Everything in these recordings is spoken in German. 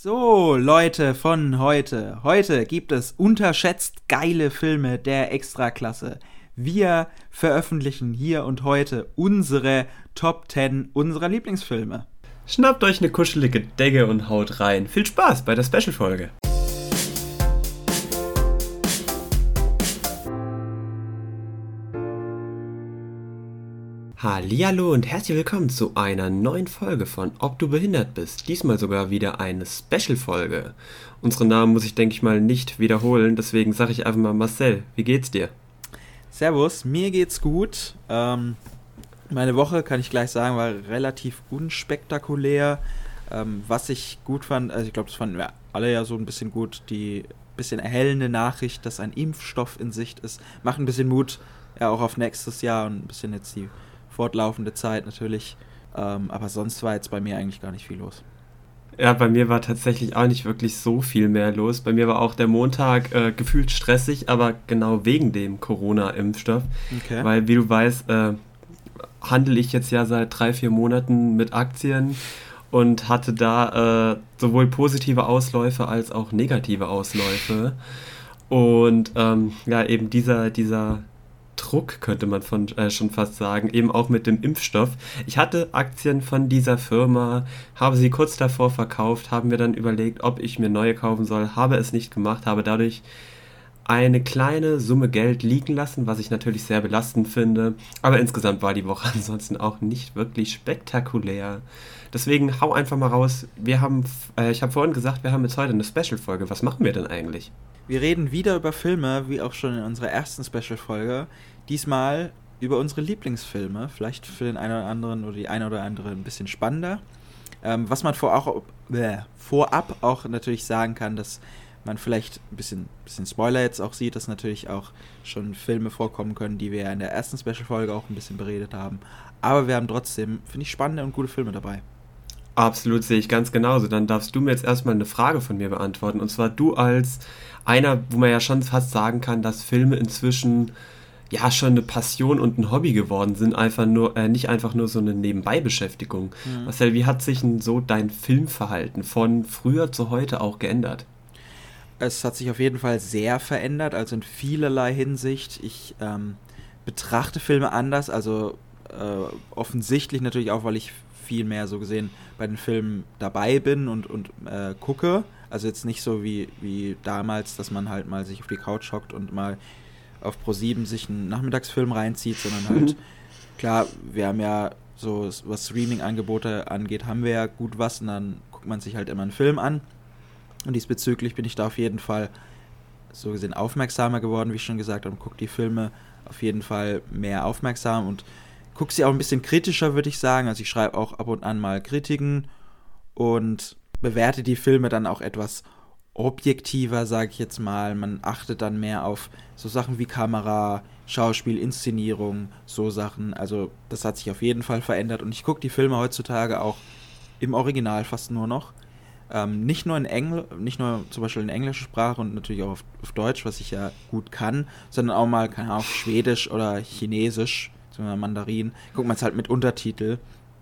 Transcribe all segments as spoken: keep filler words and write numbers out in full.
So, Leute von heute. Heute gibt es unterschätzt geile Filme der Extraklasse. Wir veröffentlichen hier und heute unsere Top zehn unserer Lieblingsfilme. Schnappt euch eine kuschelige Decke und haut rein. Viel Spaß bei der Special-Folge. Hallihallo und herzlich willkommen zu einer neuen Folge von Ob du behindert bist. Diesmal sogar wieder eine Special-Folge. Unsere Namen muss ich, denke ich mal, nicht wiederholen, deswegen sage ich einfach mal Marcel, wie geht's dir? Servus, mir geht's gut. Ähm, meine Woche, kann ich gleich sagen, war relativ unspektakulär. Ähm, was ich gut fand, also ich glaube, das fanden wir alle ja so ein bisschen gut, die bisschen erhellende Nachricht, dass ein Impfstoff in Sicht ist, macht ein bisschen Mut, ja auch auf nächstes Jahr und ein bisschen jetzt die fortlaufende Zeit natürlich, ähm, aber sonst war jetzt bei mir eigentlich gar nicht viel los. Ja, bei mir war tatsächlich auch nicht wirklich so viel mehr los. Bei mir war auch der Montag äh, gefühlt stressig, aber genau wegen dem Corona-Impfstoff. Okay. Weil, wie du weißt, äh, handle ich jetzt ja seit drei, vier Monaten mit Aktien und hatte da äh, sowohl positive Ausläufe als auch negative Ausläufe. Und ähm, ja, eben dieser, dieser Druck, könnte man von, äh, schon fast sagen, eben auch mit dem Impfstoff. Ich hatte Aktien von dieser Firma, habe sie kurz davor verkauft, haben mir dann überlegt, ob ich mir neue kaufen soll, habe es nicht gemacht, habe dadurch eine kleine Summe Geld liegen lassen, was ich natürlich sehr belastend finde, aber insgesamt war die Woche ansonsten auch nicht wirklich spektakulär. Deswegen hau einfach mal raus, wir haben, äh, ich habe vorhin gesagt, wir haben jetzt heute eine Special-Folge, was machen wir denn eigentlich? Wir reden wieder über Filme, wie auch schon in unserer ersten Special-Folge. Diesmal über unsere Lieblingsfilme. Vielleicht für den einen oder anderen oder die eine oder andere ein bisschen spannender. Ähm, was man vor auch, äh, vorab auch natürlich sagen kann, dass man vielleicht ein bisschen, bisschen Spoiler jetzt auch sieht, dass natürlich auch schon Filme vorkommen können, die wir ja in der ersten Special-Folge auch ein bisschen beredet haben. Aber wir haben trotzdem, finde ich, spannende und gute Filme dabei. Absolut, sehe ich ganz genauso. Dann darfst du mir jetzt erstmal eine Frage von mir beantworten. Und zwar du als einer, wo man ja schon fast sagen kann, dass Filme inzwischen ja schon eine Passion und ein Hobby geworden sind, einfach nur äh, nicht einfach nur so eine Nebenbeibeschäftigung. Mhm. Marcel, wie hat sich denn so dein Filmverhalten von früher zu heute auch geändert? Es hat sich auf jeden Fall sehr verändert, also in vielerlei Hinsicht. Ich ähm, betrachte Filme anders, also äh, offensichtlich natürlich auch, weil ich viel mehr so gesehen bei den Filmen dabei bin und, und äh, gucke. Also jetzt nicht so wie, wie damals, dass man halt mal sich auf die Couch hockt und mal auf ProSieben sich einen Nachmittagsfilm reinzieht, sondern halt, klar, wir haben ja so, was Streaming-Angebote angeht, haben wir ja gut was und dann guckt man sich halt immer einen Film an. Und diesbezüglich bin ich da auf jeden Fall so gesehen aufmerksamer geworden, wie ich schon gesagt habe, und gucke die Filme auf jeden Fall mehr aufmerksam und gucke sie auch ein bisschen kritischer, würde ich sagen. Also ich schreibe auch ab und an mal Kritiken und bewerte die Filme dann auch etwas objektiver, sage ich jetzt mal. Man achtet dann mehr auf so Sachen wie Kamera, Schauspiel, Inszenierung, so Sachen. Also das hat sich auf jeden Fall verändert und ich gucke die Filme heutzutage auch im Original fast nur noch. Ähm, nicht nur in Engl- nicht nur zum Beispiel in englischer Sprache und natürlich auch auf, auf Deutsch, was ich ja gut kann, sondern auch mal, keine Ahnung, auf Schwedisch oder Chinesisch, Mandarin, guckt man es halt mit Untertitel.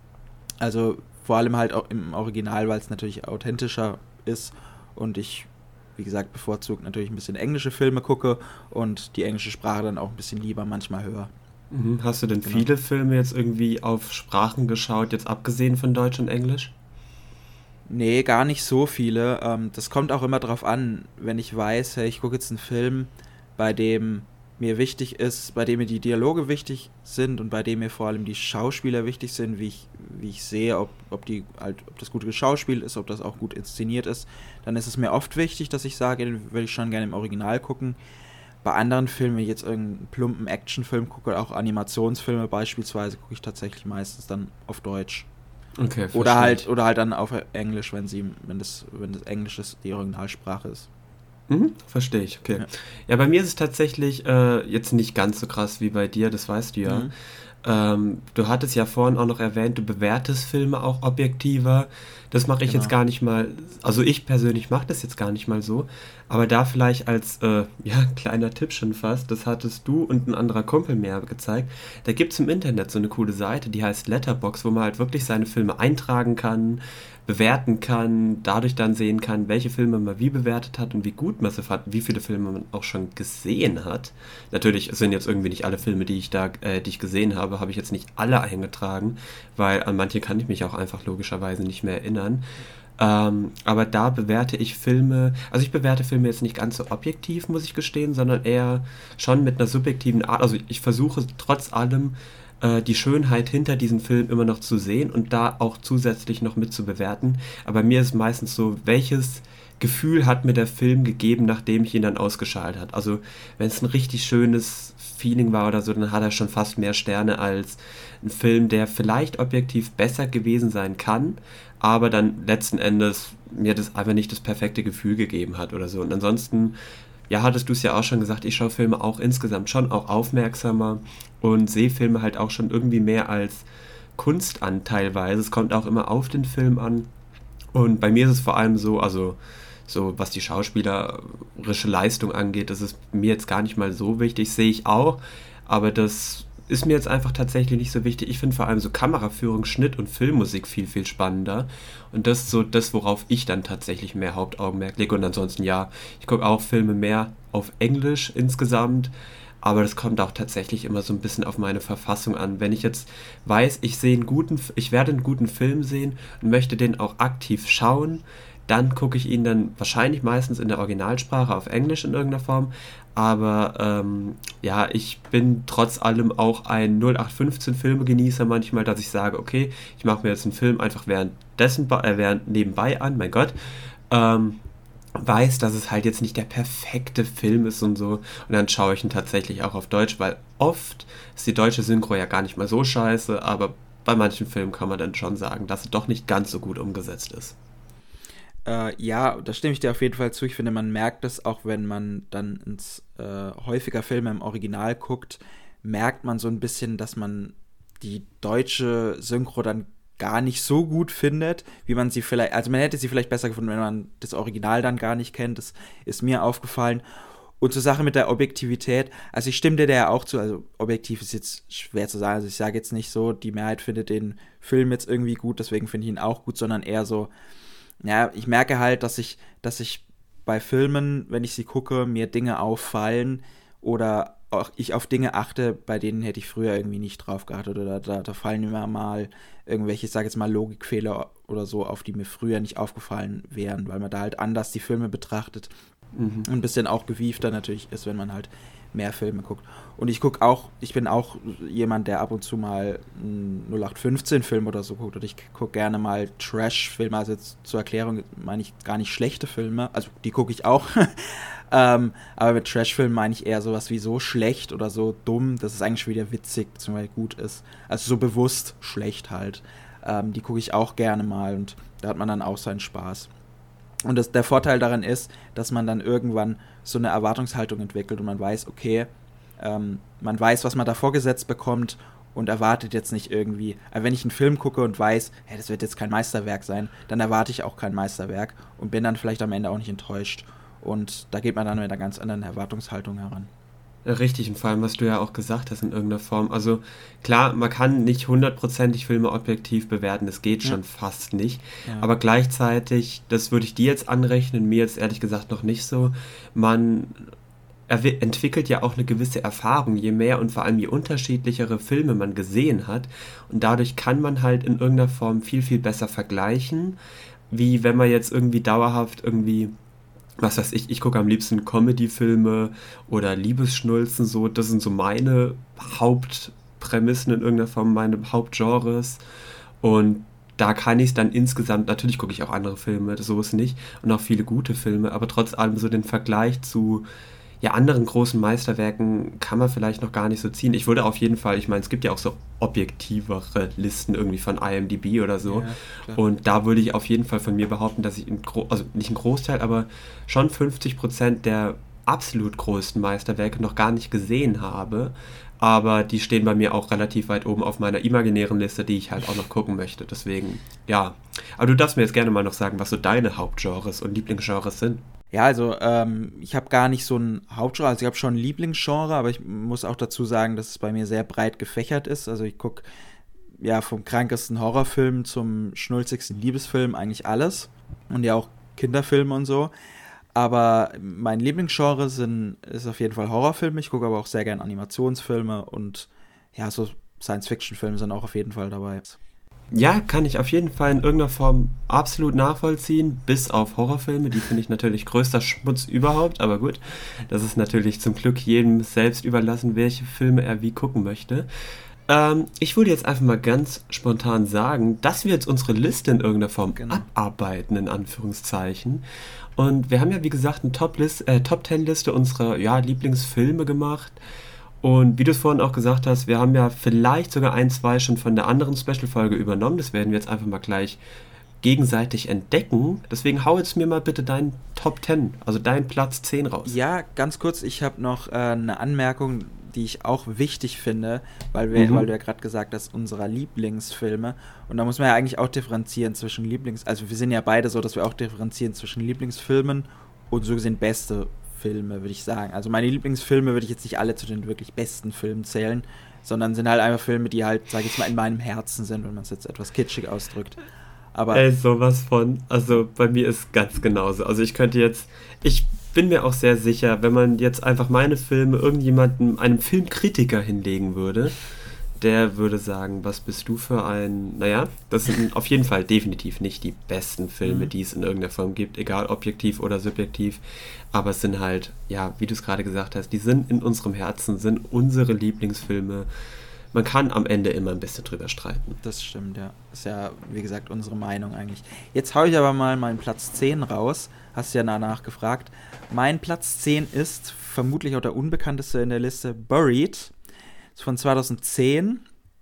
Also vor allem halt auch im Original, weil es natürlich authentischer ist und ich, wie gesagt, bevorzugt natürlich ein bisschen englische Filme gucke und die englische Sprache dann auch ein bisschen lieber manchmal höre. Hast du denn genau. viele Filme jetzt irgendwie auf Sprachen geschaut, jetzt abgesehen von Deutsch und Englisch? Nee, gar nicht so viele. Ähm, das kommt auch immer drauf an, wenn ich weiß, hey, ich gucke jetzt einen Film, bei dem mir wichtig ist, bei dem mir die Dialoge wichtig sind und bei dem mir vor allem die Schauspieler wichtig sind, wie ich, wie ich sehe, ob, ob, die, halt, ob das gut geschauspielt ist, ob das auch gut inszeniert ist, dann ist es mir oft wichtig, dass ich sage, den würde ich schon gerne im Original gucken. Bei anderen Filmen, wenn ich jetzt irgendeinen plumpen Actionfilm gucke, auch Animationsfilme beispielsweise, gucke ich tatsächlich meistens dann auf Deutsch. Okay, oder halt oder halt dann auf Englisch, wenn sie, wenn das, wenn das Englisch ist, die Originalsprache ist. Mhm, verstehe ich, okay. Ja. ja, bei mir ist es tatsächlich äh, jetzt nicht ganz so krass wie bei dir, das weißt du ja. Mhm. Ähm, du hattest ja vorhin auch noch erwähnt, du bewertest Filme auch objektiver. Das mache ich genau. jetzt gar nicht mal, also ich persönlich mache das jetzt gar nicht mal so, aber da vielleicht als äh, ja, kleiner Tipp schon fast, das hattest du und ein anderer Kumpel mir gezeigt, da gibt es im Internet so eine coole Seite, die heißt Letterboxd, wo man halt wirklich seine Filme eintragen kann, bewerten kann, dadurch dann sehen kann, welche Filme man wie bewertet hat und wie gut man sie fand, wie viele Filme man auch schon gesehen hat. Natürlich sind jetzt irgendwie nicht alle Filme, die ich da, äh, die ich gesehen habe, habe ich jetzt nicht alle eingetragen, weil an manche kann ich mich auch einfach logischerweise nicht mehr erinnern. Ähm, aber da bewerte ich Filme, also ich bewerte Filme jetzt nicht ganz so objektiv, muss ich gestehen, sondern eher schon mit einer subjektiven Art. Also ich versuche trotz allem äh, die Schönheit hinter diesem Film immer noch zu sehen und da auch zusätzlich noch mit zu bewerten. Aber mir ist meistens so, welches Gefühl hat mir der Film gegeben, nachdem ich ihn dann ausgeschaltet habe. Also wenn es ein richtig schönes Feeling war oder so, dann hat er schon fast mehr Sterne als ein Film, der vielleicht objektiv besser gewesen sein kann, aber dann letzten Endes mir das einfach nicht das perfekte Gefühl gegeben hat oder so. Und ansonsten, ja, hattest du es ja auch schon gesagt, ich schaue Filme auch insgesamt schon auch aufmerksamer und sehe Filme halt auch schon irgendwie mehr als Kunst an teilweise. Es kommt auch immer auf den Film an. Und bei mir ist es vor allem so, also so was die schauspielerische Leistung angeht, das ist mir jetzt gar nicht mal so wichtig, sehe ich auch, aber das ist mir jetzt einfach tatsächlich nicht so wichtig. Ich finde vor allem so Kameraführung, Schnitt und Filmmusik viel, viel spannender. Und das ist so das, worauf ich dann tatsächlich mehr Hauptaugenmerk lege. Und ansonsten, ja, ich gucke auch Filme mehr auf Englisch insgesamt. Aber das kommt auch tatsächlich immer so ein bisschen auf meine Verfassung an. Wenn ich jetzt weiß, ich sehe einen guten, ich werde einen guten Film sehen und möchte den auch aktiv schauen, dann gucke ich ihn dann wahrscheinlich meistens in der Originalsprache auf Englisch in irgendeiner Form. Aber ähm, ja, ich bin trotz allem auch ein null acht fünfzehn Filme-Genießer manchmal, dass ich sage, okay, ich mache mir jetzt einen Film einfach währenddessen, äh, während nebenbei an, mein Gott, ähm, weiß, dass es halt jetzt nicht der perfekte Film ist und so. Und dann schaue ich ihn tatsächlich auch auf Deutsch, weil oft ist die deutsche Synchro ja gar nicht mal so scheiße, aber bei manchen Filmen kann man dann schon sagen, dass sie doch nicht ganz so gut umgesetzt ist. Äh, ja, da stimme ich dir auf jeden Fall zu. Ich finde, man merkt es, auch wenn man dann ins äh, häufiger Filme im Original guckt, merkt man so ein bisschen, dass man die deutsche Synchro dann gar nicht so gut findet, wie man sie vielleicht, also man hätte sie vielleicht besser gefunden, wenn man das Original dann gar nicht kennt. Das ist mir aufgefallen. Und zur Sache mit der Objektivität, also ich stimme dir da ja auch zu, also objektiv ist jetzt schwer zu sagen, also ich sage jetzt nicht so, die Mehrheit findet den Film jetzt irgendwie gut, deswegen finde ich ihn auch gut, sondern eher so, ja, ich merke halt, dass ich, dass ich bei Filmen, wenn ich sie gucke, mir Dinge auffallen oder auch ich auf Dinge achte, bei denen hätte ich früher irgendwie nicht drauf geachtet oder da, da fallen mir mal irgendwelche, ich sage jetzt mal Logikfehler oder so, auf die mir früher nicht aufgefallen wären, weil man da halt anders die Filme betrachtet mhm. und ein bisschen auch gewiefter natürlich ist, wenn man halt mehr Filme guckt. Und ich gucke auch, ich bin auch jemand, der ab und zu mal einen null acht fünfzehn Film oder so guckt. Und ich gucke gerne mal Trash-Filme, also jetzt zur Erklärung meine ich gar nicht schlechte Filme, also die gucke ich auch. ähm, aber mit Trash-Filmen meine ich eher sowas wie so schlecht oder so dumm, dass es eigentlich wieder witzig bzw. gut ist. Also so bewusst schlecht halt. Ähm, die gucke ich auch gerne mal und da hat man dann auch seinen Spaß. Und das, der Vorteil daran ist, dass man dann irgendwann so eine Erwartungshaltung entwickelt und man weiß, okay, ähm, man weiß, was man da vorgesetzt bekommt und erwartet jetzt nicht irgendwie, aber wenn ich einen Film gucke und weiß, hey, das wird jetzt kein Meisterwerk sein, dann erwarte ich auch kein Meisterwerk und bin dann vielleicht am Ende auch nicht enttäuscht. Und da geht man dann mit einer ganz anderen Erwartungshaltung heran. Richtig, und vor allem, was du ja auch gesagt hast in irgendeiner Form. Also klar, man kann nicht hundertprozentig Filme objektiv bewerten, das geht schon ja. fast nicht. Ja. Aber gleichzeitig, das würde ich dir jetzt anrechnen, mir jetzt ehrlich gesagt noch nicht so, man entwickelt ja auch eine gewisse Erfahrung, je mehr und vor allem je unterschiedlichere Filme man gesehen hat. Und dadurch kann man halt in irgendeiner Form viel, viel besser vergleichen, wie wenn man jetzt irgendwie dauerhaft irgendwie... was weiß ich, ich gucke am liebsten Comedy-Filme oder Liebesschnulzen, so, das sind so meine Hauptprämissen in irgendeiner Form, meine Hauptgenres und da kann ich es dann insgesamt, natürlich gucke ich auch andere Filme, so ist nicht, und auch viele gute Filme, aber trotz allem so den Vergleich zu ja, anderen großen Meisterwerken kann man vielleicht noch gar nicht so ziehen. Ich würde auf jeden Fall, ich meine, es gibt ja auch so objektivere Listen irgendwie von I M D B oder so. Ja, und da würde ich auf jeden Fall von mir behaupten, dass ich, ein Gro- also nicht ein Großteil, aber schon fünfzig Prozent der absolut größten Meisterwerke noch gar nicht gesehen habe. Aber die stehen bei mir auch relativ weit oben auf meiner imaginären Liste, die ich halt auch noch gucken möchte. Deswegen, ja. Aber du darfst mir jetzt gerne mal noch sagen, was so deine Hauptgenres und Lieblingsgenres sind. Ja, also ähm, ich habe gar nicht so ein Hauptgenre, also ich habe schon ein Lieblingsgenre, aber ich muss auch dazu sagen, dass es bei mir sehr breit gefächert ist. Also ich gucke ja, vom krankesten Horrorfilm zum schnulzigsten Liebesfilm eigentlich alles. Und ja auch Kinderfilme und so. Aber mein Lieblingsgenre sind, ist auf jeden Fall Horrorfilme. Ich gucke aber auch sehr gerne Animationsfilme und ja, so Science-Fiction-Filme sind auch auf jeden Fall dabei. Ja, kann ich auf jeden Fall in irgendeiner Form absolut nachvollziehen, bis auf Horrorfilme, die finde ich natürlich größter Schmutz überhaupt, aber gut, das ist natürlich zum Glück jedem selbst überlassen, welche Filme er wie gucken möchte. Ähm, ich würde jetzt einfach mal ganz spontan sagen, dass wir jetzt unsere Liste in irgendeiner Form genau. abarbeiten, in Anführungszeichen. Und wir haben ja, wie gesagt, eine Top-List, äh, Top-Ten-Liste unserer ja, Lieblingsfilme gemacht. Und wie du es vorhin auch gesagt hast, wir haben ja vielleicht sogar ein, zwei schon von der anderen Special-Folge übernommen. Das werden wir jetzt einfach mal gleich gegenseitig entdecken. Deswegen hau jetzt mir mal bitte deinen Top zehn, also deinen Platz zehn raus. Ja, ganz kurz, ich habe noch äh, eine Anmerkung, die ich auch wichtig finde, weil, wir, mhm. weil du ja gerade gesagt hast, unserer Lieblingsfilme. Und da muss man ja eigentlich auch differenzieren zwischen Lieblings... Also wir sind ja beide so, dass wir auch differenzieren zwischen Lieblingsfilmen und so gesehen beste Filme, würde ich sagen. Also meine Lieblingsfilme würde ich jetzt nicht alle zu den wirklich besten Filmen zählen, sondern sind halt einfach Filme, die halt, sag ich jetzt mal, in meinem Herzen sind, wenn man es jetzt etwas kitschig ausdrückt. Aber Ey, sowas von, also bei mir ist ganz genauso. Also ich könnte jetzt, ich bin mir auch sehr sicher, wenn man jetzt einfach meine Filme irgendjemandem, einem Filmkritiker hinlegen würde, der würde sagen, was bist du für ein, naja, das sind auf jeden Fall definitiv nicht die besten Filme, mhm. die es in irgendeiner Form gibt, egal objektiv oder subjektiv, aber es sind halt, ja, wie du es gerade gesagt hast, die sind in unserem Herzen, sind unsere Lieblingsfilme. Man kann am Ende immer ein bisschen drüber streiten. Das stimmt, ja. Ist ja, wie gesagt, unsere Meinung eigentlich. Jetzt hau ich aber mal meinen Platz zehn raus. Hast du ja danach gefragt. Mein Platz zehn ist vermutlich auch der unbekannteste in der Liste, Buried. Ist von zweitausendzehn.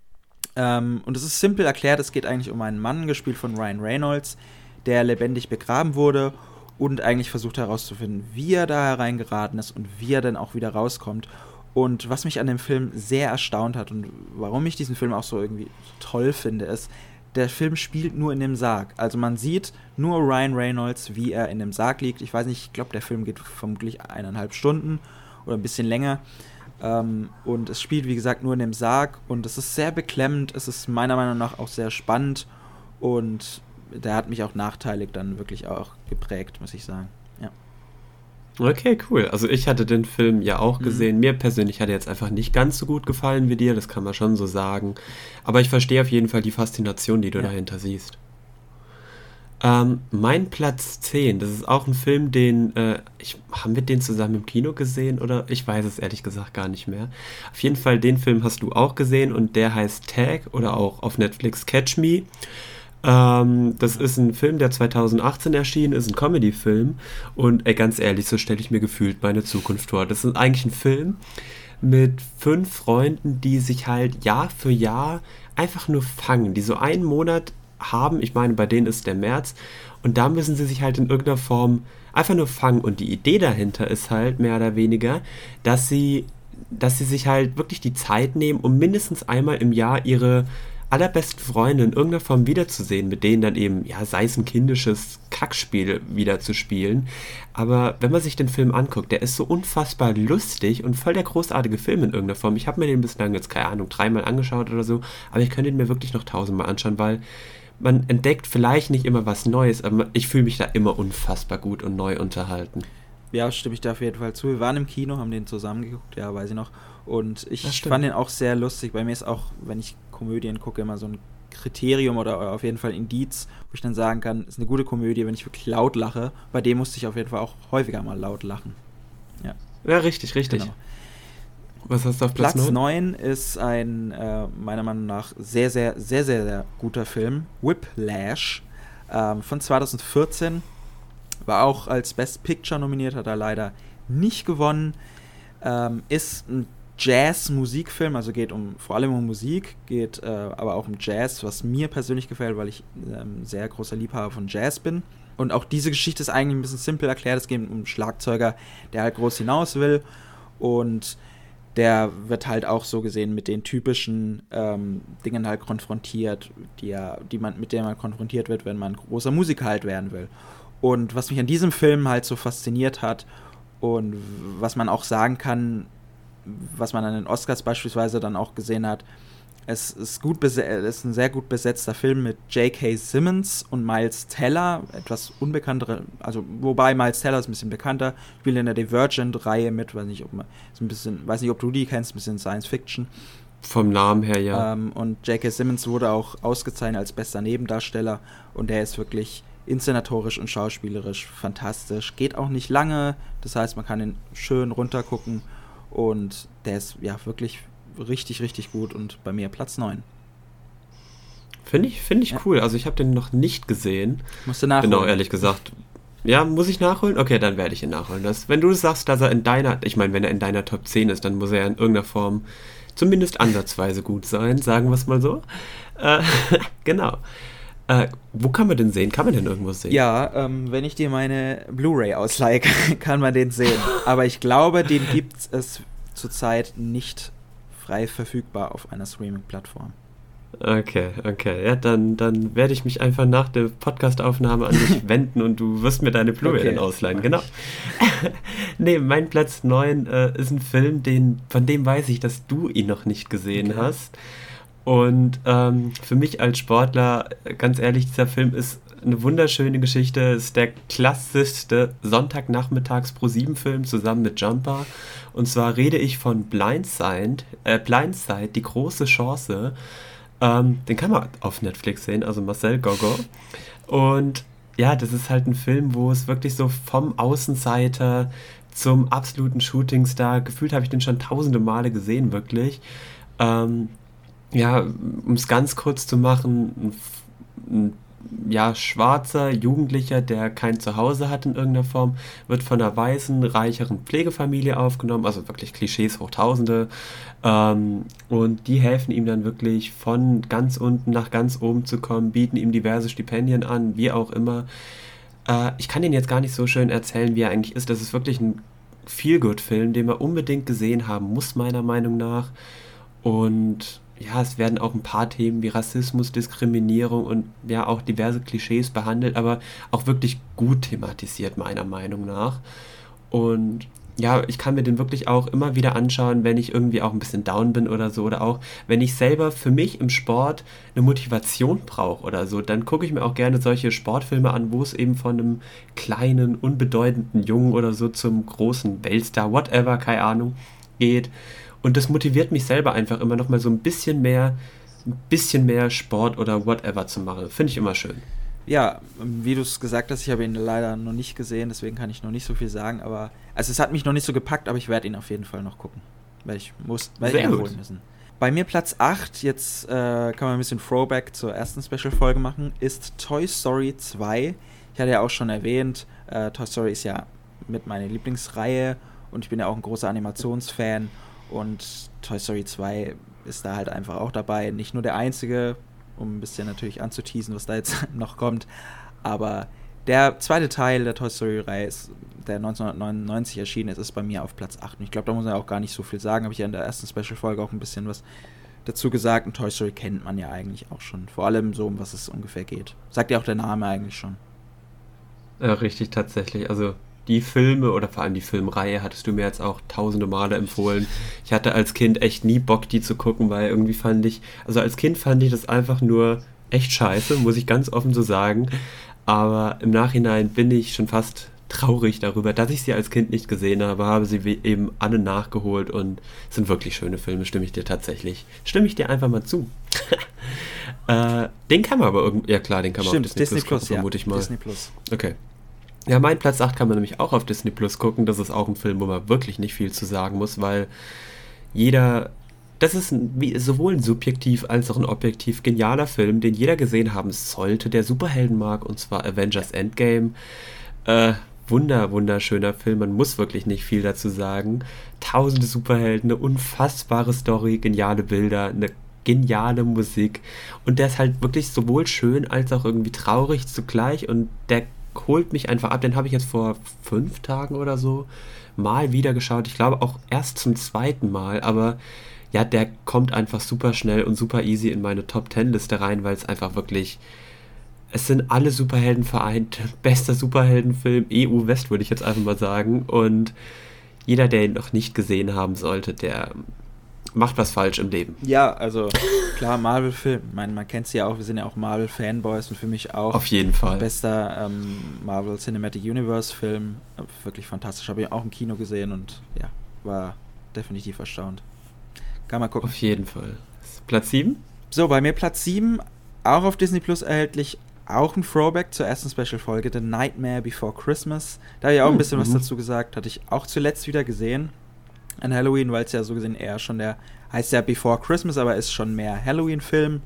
Ähm, und es ist simpel erklärt, es geht eigentlich um einen Mann, gespielt von Ryan Reynolds, der lebendig begraben wurde und eigentlich versucht herauszufinden, wie er da hereingeraten ist und wie er dann auch wieder rauskommt. Und was mich an dem Film sehr erstaunt hat und warum ich diesen Film auch so irgendwie toll finde, ist, der Film spielt nur in dem Sarg. Also man sieht nur Ryan Reynolds, wie er in dem Sarg liegt. Ich weiß nicht, ich glaube, der Film geht vermutlich eineinhalb Stunden oder ein bisschen länger. Ähm, und es spielt, wie gesagt, nur in dem Sarg. Und es ist sehr beklemmend. Es ist meiner Meinung nach auch sehr spannend. Und der hat mich auch nachteilig dann wirklich auch geprägt, muss ich sagen. Ja. Okay, cool. Also ich hatte den Film ja auch gesehen. Mhm. Mir persönlich hat er jetzt einfach nicht ganz so gut gefallen wie dir, das kann man schon so sagen. Aber ich verstehe auf jeden Fall die Faszination, die du ja. dahinter siehst. Ähm, mein Platz zehn, das ist auch ein Film, den, äh, ich, haben wir den zusammen im Kino gesehen oder? Ich weiß es ehrlich gesagt gar nicht mehr. Auf jeden Fall, den Film hast du auch gesehen und der heißt Tag oder auch auf Netflix Catch Me. Ähm, das ist ein Film, der zweitausendachtzehn erschienen ist, ein Comedy-Film und ey, ganz ehrlich, so stelle ich mir gefühlt meine Zukunft vor. Das ist eigentlich ein Film mit fünf Freunden, die sich halt Jahr für Jahr einfach nur fangen, die so einen Monat haben, ich meine, bei denen ist der März und da müssen sie sich halt in irgendeiner Form einfach nur fangen und die Idee dahinter ist halt mehr oder weniger, dass sie, dass sie sich halt wirklich die Zeit nehmen, um mindestens einmal im Jahr ihre allerbesten Freunde in irgendeiner Form wiederzusehen, mit denen dann eben, ja, sei es ein kindisches Kackspiel wieder zu spielen. Aber wenn man sich den Film anguckt, der ist so unfassbar lustig und voll der großartige Film in irgendeiner Form. Ich habe mir den bislang jetzt, keine Ahnung, dreimal angeschaut oder so, aber ich könnte ihn mir wirklich noch tausendmal anschauen, weil man entdeckt vielleicht nicht immer was Neues, aber ich fühle mich da immer unfassbar gut und neu unterhalten. Ja, stimme ich da auf jeden Fall zu. Wir waren im Kino, haben den zusammen geguckt, ja, weiß ich noch. Und ich fand den auch sehr lustig. Bei mir ist auch, wenn ich Komödien gucke, immer so ein Kriterium oder auf jeden Fall Indiz, wo ich dann sagen kann, ist eine gute Komödie, wenn ich wirklich laut lache. Bei dem musste ich auf jeden Fall auch häufiger mal laut lachen. Ja, ja richtig, richtig. Genau. Was hast du auf Platz, Platz neun? ist ein, äh, meiner Meinung nach, sehr, sehr, sehr, sehr, sehr guter Film. Whiplash ähm, von zweitausendvierzehn. War auch als Best Picture nominiert, hat er leider nicht gewonnen. Ähm, ist ein Jazz-Musikfilm, also geht um vor allem um Musik, geht äh, aber auch um Jazz, was mir persönlich gefällt, weil ich ähm, sehr großer Liebhaber von Jazz bin. Und auch diese Geschichte ist eigentlich ein bisschen simpel erklärt. Es geht um einen Schlagzeuger, der halt groß hinaus will und der wird halt auch so gesehen mit den typischen ähm, Dingen halt konfrontiert, die, er, die man, mit denen man konfrontiert wird, wenn man großer Musiker halt werden will. Und was mich an diesem Film halt so fasziniert hat und was man auch sagen kann, was man an den Oscars beispielsweise dann auch gesehen hat, Es ist, gut bese- es ist ein sehr gut besetzter Film mit J K. Simmons und Miles Teller, etwas unbekanntere, also wobei Miles Teller ist ein bisschen bekannter, spielt in der Divergent-Reihe mit, weiß nicht, ob man, ist ein bisschen, weiß nicht, ob du die kennst, ein bisschen Science-Fiction. Vom Namen her, ja. Ähm, und J K. Simmons wurde auch ausgezeichnet als bester Nebendarsteller und der ist wirklich inszenatorisch und schauspielerisch fantastisch. Geht auch nicht lange, das heißt, man kann ihn schön runtergucken und der ist ja wirklich richtig, richtig gut und bei mir Platz neun. Finde ich, find ich ja. cool. Also ich habe den noch nicht gesehen. Musst du nachholen. Genau, ehrlich gesagt. Ja, muss ich nachholen? Okay, dann werde ich ihn nachholen. Das, wenn du sagst, dass er in deiner, ich meine, wenn er in deiner Top zehn ist, dann muss er ja in irgendeiner Form zumindest ansatzweise gut sein, sagen wir es mal so. Äh, genau. Äh, wo kann man den sehen? Kann man den irgendwo sehen? Ja, ähm, wenn ich dir meine Blu-ray ausleihe, kann man den sehen. Aber ich glaube, den gibt es zurzeit nicht frei verfügbar auf einer Streaming-Plattform. Okay, okay. Ja, dann, dann werde ich mich einfach nach der Podcast-Aufnahme an dich wenden und du wirst mir deine Blu-ray okay. dann ausleihen. Genau. Nee, mein Platz neun äh, ist ein Film, den, von dem weiß ich, dass du ihn noch nicht gesehen okay. hast. Und ähm, für mich als Sportler, ganz ehrlich, dieser Film ist eine wunderschöne Geschichte. Es ist der klassischste Sonntagnachmittags Pro sieben Film zusammen mit Jumper. Und zwar rede ich von Blindside, äh, Blindside, die große Chance. Ähm, den kann man auf Netflix sehen, also Marcel Gogo. Und ja, das ist halt ein Film, wo es wirklich so vom Außenseiter zum absoluten Shootingstar, gefühlt habe ich den schon tausende Male gesehen, wirklich. Ähm, ja, um es ganz kurz zu machen, ein, ein ja, schwarzer Jugendlicher, der kein Zuhause hat in irgendeiner Form, wird von einer weißen, reicheren Pflegefamilie aufgenommen, also wirklich Klischees hoch Tausende, ähm, und die helfen ihm dann wirklich von ganz unten nach ganz oben zu kommen, bieten ihm diverse Stipendien an, wie auch immer. Äh, ich kann ihn jetzt gar nicht so schön erzählen, wie er eigentlich ist. Das ist wirklich ein Feel-Good-Film, den man unbedingt gesehen haben muss, meiner Meinung nach. Und ja, es werden auch ein paar Themen wie Rassismus, Diskriminierung und ja auch diverse Klischees behandelt, aber auch wirklich gut thematisiert, meiner Meinung nach. Und ja, ich kann mir den wirklich auch immer wieder anschauen, wenn ich irgendwie auch ein bisschen down bin oder so, oder auch wenn ich selber für mich im Sport eine Motivation brauche oder so, dann gucke ich mir auch gerne solche Sportfilme an, wo es eben von einem kleinen, unbedeutenden Jungen oder so zum großen Weltstar, whatever, keine Ahnung, geht. Und das motiviert mich selber einfach immer noch mal so ein bisschen mehr, ein bisschen mehr Sport oder whatever zu machen. Finde ich immer schön. Ja, wie du es gesagt hast, ich habe ihn leider noch nicht gesehen, deswegen kann ich noch nicht so viel sagen, aber also es hat mich noch nicht so gepackt, aber ich werde ihn auf jeden Fall noch gucken, weil ich muss, weil wir ihn holen müssen. Bei mir Platz acht, jetzt äh, kann man ein bisschen Throwback zur ersten Special-Folge machen, ist Toy Story zwei. Ich hatte ja auch schon erwähnt, äh, Toy Story ist ja mit meiner Lieblingsreihe und ich bin ja auch ein großer Animationsfan. Und Toy Story zwei ist da halt einfach auch dabei. Nicht nur der einzige, um ein bisschen natürlich anzuteasen, was da jetzt noch kommt. Aber der zweite Teil der Toy Story-Reihe, ist, der neunzehnhundertneunundneunzig erschienen ist, ist bei mir auf Platz acht. Und ich glaube, da muss man auch gar nicht so viel sagen. Habe ich ja in der ersten Special-Folge auch ein bisschen was dazu gesagt. Und Toy Story kennt man ja eigentlich auch schon. Vor allem so, um was es ungefähr geht. Sagt ja auch der Name eigentlich schon. Ja, richtig, tatsächlich. Also die Filme oder vor allem die Filmreihe hattest du mir jetzt auch tausende Male empfohlen. Ich hatte als Kind echt nie Bock, die zu gucken, weil irgendwie fand ich, also als Kind fand ich das einfach nur echt scheiße, muss ich ganz offen so sagen. Aber im Nachhinein bin ich schon fast traurig darüber, dass ich sie als Kind nicht gesehen habe, habe sie eben alle nachgeholt und es sind wirklich schöne Filme, stimme ich dir tatsächlich, stimme ich dir einfach mal zu. äh, den kann man aber irgendwie, ja klar, den kann man Stimmt, auf Disney, Disney Plus gucken, Plus, ja. vermute ich mal. Disney Plus. Okay. Ja, mein Platz acht kann man nämlich auch auf Disney Plus gucken. Das ist auch ein Film, wo man wirklich nicht viel zu sagen muss, weil jeder, das ist ein, wie, sowohl ein subjektiv als auch ein objektiv genialer Film, den jeder gesehen haben sollte, der Superhelden mag, und zwar Avengers Endgame. Äh, wunder, wunderschöner Film, man muss wirklich nicht viel dazu sagen. Tausende Superhelden, eine unfassbare Story, geniale Bilder, eine geniale Musik und der ist halt wirklich sowohl schön als auch irgendwie traurig zugleich und der holt mich einfach ab. Den habe ich jetzt vor fünf Tagen oder so mal wieder geschaut. Ich glaube auch erst zum zweiten Mal, aber ja, der kommt einfach super schnell und super easy in meine Top zehn Liste rein, weil es einfach wirklich, es sind alle Superhelden vereint. Bester Superheldenfilm E U West, würde ich jetzt einfach mal sagen. Und jeder, der ihn noch nicht gesehen haben sollte, der macht was falsch im Leben. Ja, also klar, Marvel-Film, ich meine, man kennt es ja auch, wir sind ja auch Marvel-Fanboys und für mich auch auf jeden Fall bester ähm, Marvel Cinematic Universe-Film, wirklich fantastisch, habe ich auch im Kino gesehen und ja, war definitiv erstaunt. Kann man gucken. Auf jeden Fall. Platz sieben? So, bei mir Platz sieben, auch auf Disney Plus erhältlich, auch ein Throwback zur ersten Special-Folge, The Nightmare Before Christmas. Da habe ich auch ein bisschen mhm. was dazu gesagt, hatte ich auch zuletzt wieder gesehen an Halloween, weil es ja so gesehen eher schon der, heißt ja Before Christmas, aber ist schon mehr Halloween-Film.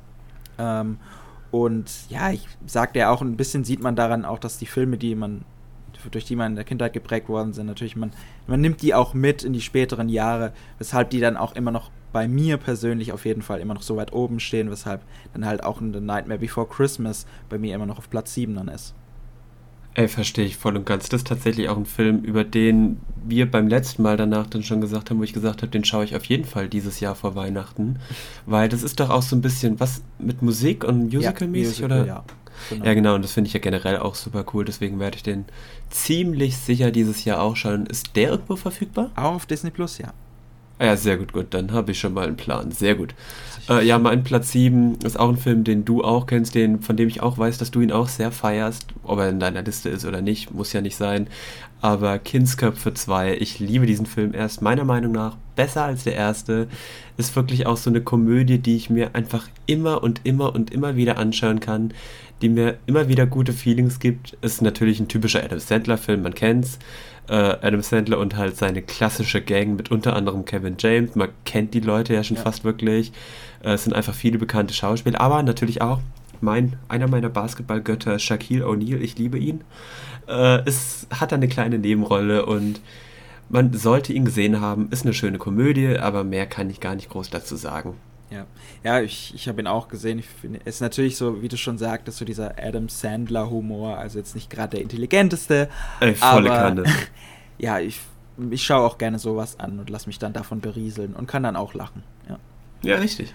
Ähm, und ja, ich sagte ja auch, ein bisschen sieht man daran auch, dass die Filme, die man, durch die man in der Kindheit geprägt worden sind, natürlich, man, man nimmt die auch mit in die späteren Jahre, weshalb die dann auch immer noch bei mir persönlich auf jeden Fall immer noch so weit oben stehen, weshalb dann halt auch in The Nightmare Before Christmas bei mir immer noch auf Platz sieben dann ist. Ey, verstehe ich voll und ganz. Das ist tatsächlich auch ein Film, über den wir beim letzten Mal danach dann schon gesagt haben, wo ich gesagt habe, den schaue ich auf jeden Fall dieses Jahr vor Weihnachten, weil das ist doch auch so ein bisschen was mit Musik und Musical-mäßig, ja, Musical, oder? Ja, genau. Ja, genau, und das finde ich ja generell auch super cool, deswegen werde ich den ziemlich sicher dieses Jahr auch schauen. Ist der irgendwo verfügbar? Auch auf Disney Plus, ja. Ja, sehr gut, gut. Dann habe ich schon mal einen Plan. Sehr gut. Äh, ja, mein Platz sieben ist auch ein Film, den du auch kennst, den, von dem ich auch weiß, dass du ihn auch sehr feierst. Ob er in deiner Liste ist oder nicht, muss ja nicht sein. Aber Kindsköpfe zwei, ich liebe diesen Film. Er ist meiner Meinung nach besser als der erste. Ist wirklich auch so eine Komödie, die ich mir einfach immer und immer und immer wieder anschauen kann, die mir immer wieder gute Feelings gibt. Ist natürlich ein typischer Adam Sandler-Film, man kennt's. Uh, Adam Sandler und halt seine klassische Gang mit unter anderem Kevin James. Man kennt die Leute ja schon ja. fast wirklich. Uh, es sind einfach viele bekannte Schauspieler, aber natürlich auch mein, einer meiner Basketballgötter, Shaquille O'Neal, ich liebe ihn. Uh, es hat eine kleine Nebenrolle und man sollte ihn gesehen haben. Ist eine schöne Komödie, aber mehr kann ich gar nicht groß dazu sagen. Ja, ja, ich, ich habe ihn auch gesehen. Ich finde, es ist natürlich so, wie du schon sagtest, so dieser Adam Sandler-Humor, also jetzt nicht gerade der intelligenteste. Ey, volle aber, Kanne. Ja, ich, ich schaue auch gerne sowas an und lasse mich dann davon berieseln und kann dann auch lachen. Ja, ja, richtig.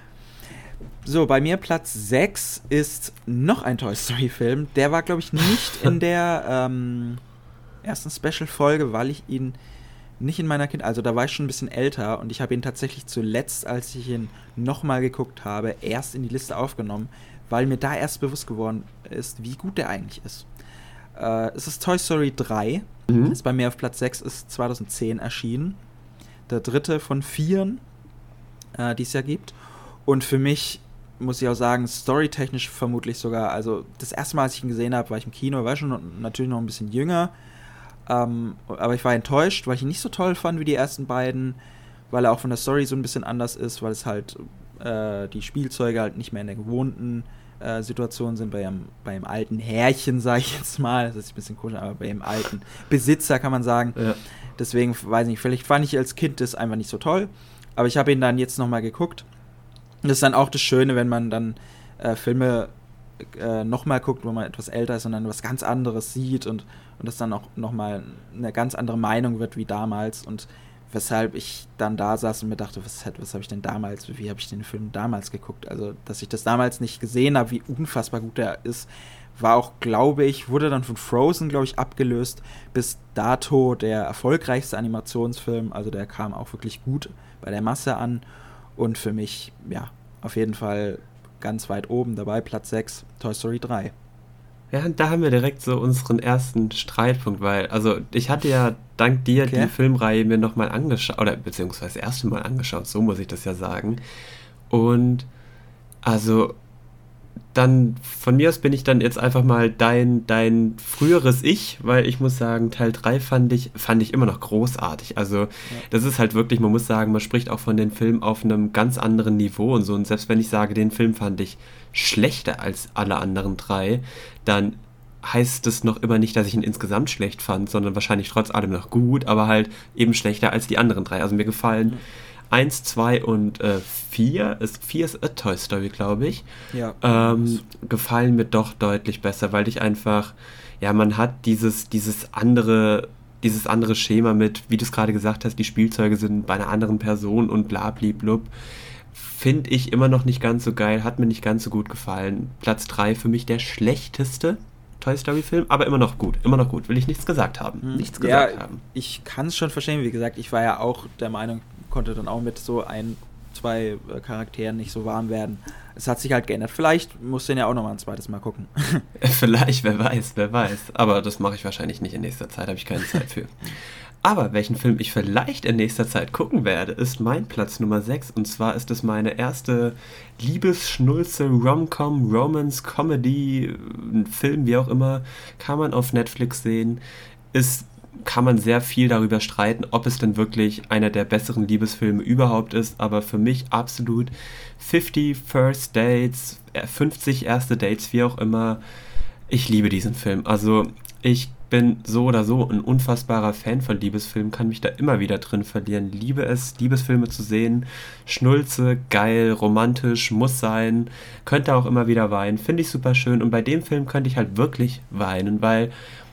So, bei mir Platz sechs ist noch ein Toy Story-Film. Der war, glaube ich, nicht in der ähm, ersten Special-Folge, weil ich ihn nicht in meiner Kindheit, also da war ich schon ein bisschen älter und ich habe ihn tatsächlich zuletzt, als ich ihn nochmal geguckt habe, erst in die Liste aufgenommen, weil mir da erst bewusst geworden ist, wie gut der eigentlich ist. Äh, es ist Toy Story drei, mhm. ist bei mir auf Platz sechs, ist zwanzig zehn erschienen. Der dritte von vieren, äh, die es ja gibt. Und für mich, muss ich auch sagen, storytechnisch vermutlich sogar, also das erste Mal, als ich ihn gesehen habe, war ich im Kino, war schon natürlich noch ein bisschen jünger. Um, aber ich war enttäuscht, weil ich ihn nicht so toll fand wie die ersten beiden, weil er auch von der Story so ein bisschen anders ist, weil es halt äh, die Spielzeuge halt nicht mehr in der gewohnten äh, Situation sind, bei einem, bei einem alten Herrchen, sage ich jetzt mal, das ist ein bisschen komisch, aber bei einem alten Besitzer kann man sagen. Ja. Deswegen, weiß nicht, vielleicht fand ich als Kind das einfach nicht so toll, aber ich habe ihn dann jetzt nochmal geguckt. Das ist dann auch das Schöne, wenn man dann äh, Filme äh, nochmal guckt, wo man etwas älter ist und dann was ganz anderes sieht und und das dann auch nochmal eine ganz andere Meinung wird wie damals und weshalb ich dann da saß und mir dachte, was, was habe ich denn damals, wie habe ich den Film damals geguckt, also dass ich das damals nicht gesehen habe, wie unfassbar gut der ist, war auch, glaube ich, wurde dann von Frozen, glaube ich, abgelöst, bis dato der erfolgreichste Animationsfilm, also der kam auch wirklich gut bei der Masse an und für mich, ja, auf jeden Fall ganz weit oben dabei, Platz sechs, Toy Story drei. Ja, da haben wir direkt so unseren ersten Streitpunkt, weil, also ich hatte ja dank dir okay. die Filmreihe mir nochmal angeschaut, oder beziehungsweise das erste Mal angeschaut, so muss ich das ja sagen. Und also dann von mir aus bin ich dann jetzt einfach mal dein, dein früheres Ich, weil ich muss sagen, Teil drei fand ich, fand ich immer noch großartig. Also ja. das ist halt wirklich, man muss sagen, man spricht auch von den Filmen auf einem ganz anderen Niveau und so. Und selbst wenn ich sage, den Film fand ich schlechter als alle anderen drei, dann heißt das noch immer nicht, dass ich ihn insgesamt schlecht fand, sondern wahrscheinlich trotz allem noch gut, aber halt eben schlechter als die anderen drei. Also mir gefallen mhm. eins, zwei und äh, vier, ist, vier ist A Toy Story, glaube ich, ja. ähm, gefallen mir doch deutlich besser, weil ich einfach, ja, man hat dieses, dieses andere, dieses andere Schema mit, wie du es gerade gesagt hast, die Spielzeuge sind bei einer anderen Person und blabliblub, finde ich immer noch nicht ganz so geil, hat mir nicht ganz so gut gefallen. Platz drei für mich der schlechteste Toy Story Film, aber immer noch gut, immer noch gut, will ich nichts gesagt haben, nichts gesagt ja, haben. Ich kann es schon verstehen, wie gesagt, ich war ja auch der Meinung, konnte dann auch mit so ein, zwei äh, Charakteren nicht so warm werden. Es hat sich halt geändert. Vielleicht muss ich den ja auch nochmal ein zweites Mal gucken. Vielleicht, wer weiß, wer weiß. Aber das mache ich wahrscheinlich nicht in nächster Zeit, habe ich keine Zeit für. Aber welchen Film ich vielleicht in nächster Zeit gucken werde, ist mein Platz Nummer sechs. Und zwar ist es meine erste Liebesschnulze, Rom-Com, Romance, Comedy, Film, wie auch immer, kann man auf Netflix sehen. Ist, kann man sehr viel darüber streiten, ob es denn wirklich einer der besseren Liebesfilme überhaupt ist. Aber für mich absolut fifty First Dates, fünfzig erste Dates, wie auch immer. Ich liebe diesen Film. Also ich bin so oder so ein unfassbarer Fan von Liebesfilmen, kann mich da immer wieder drin verlieren. Liebe es, Liebesfilme zu sehen. Schnulze, geil, romantisch, muss sein. Könnte auch immer wieder weinen. Finde ich super schön. Und bei dem Film könnte ich halt wirklich weinen, weil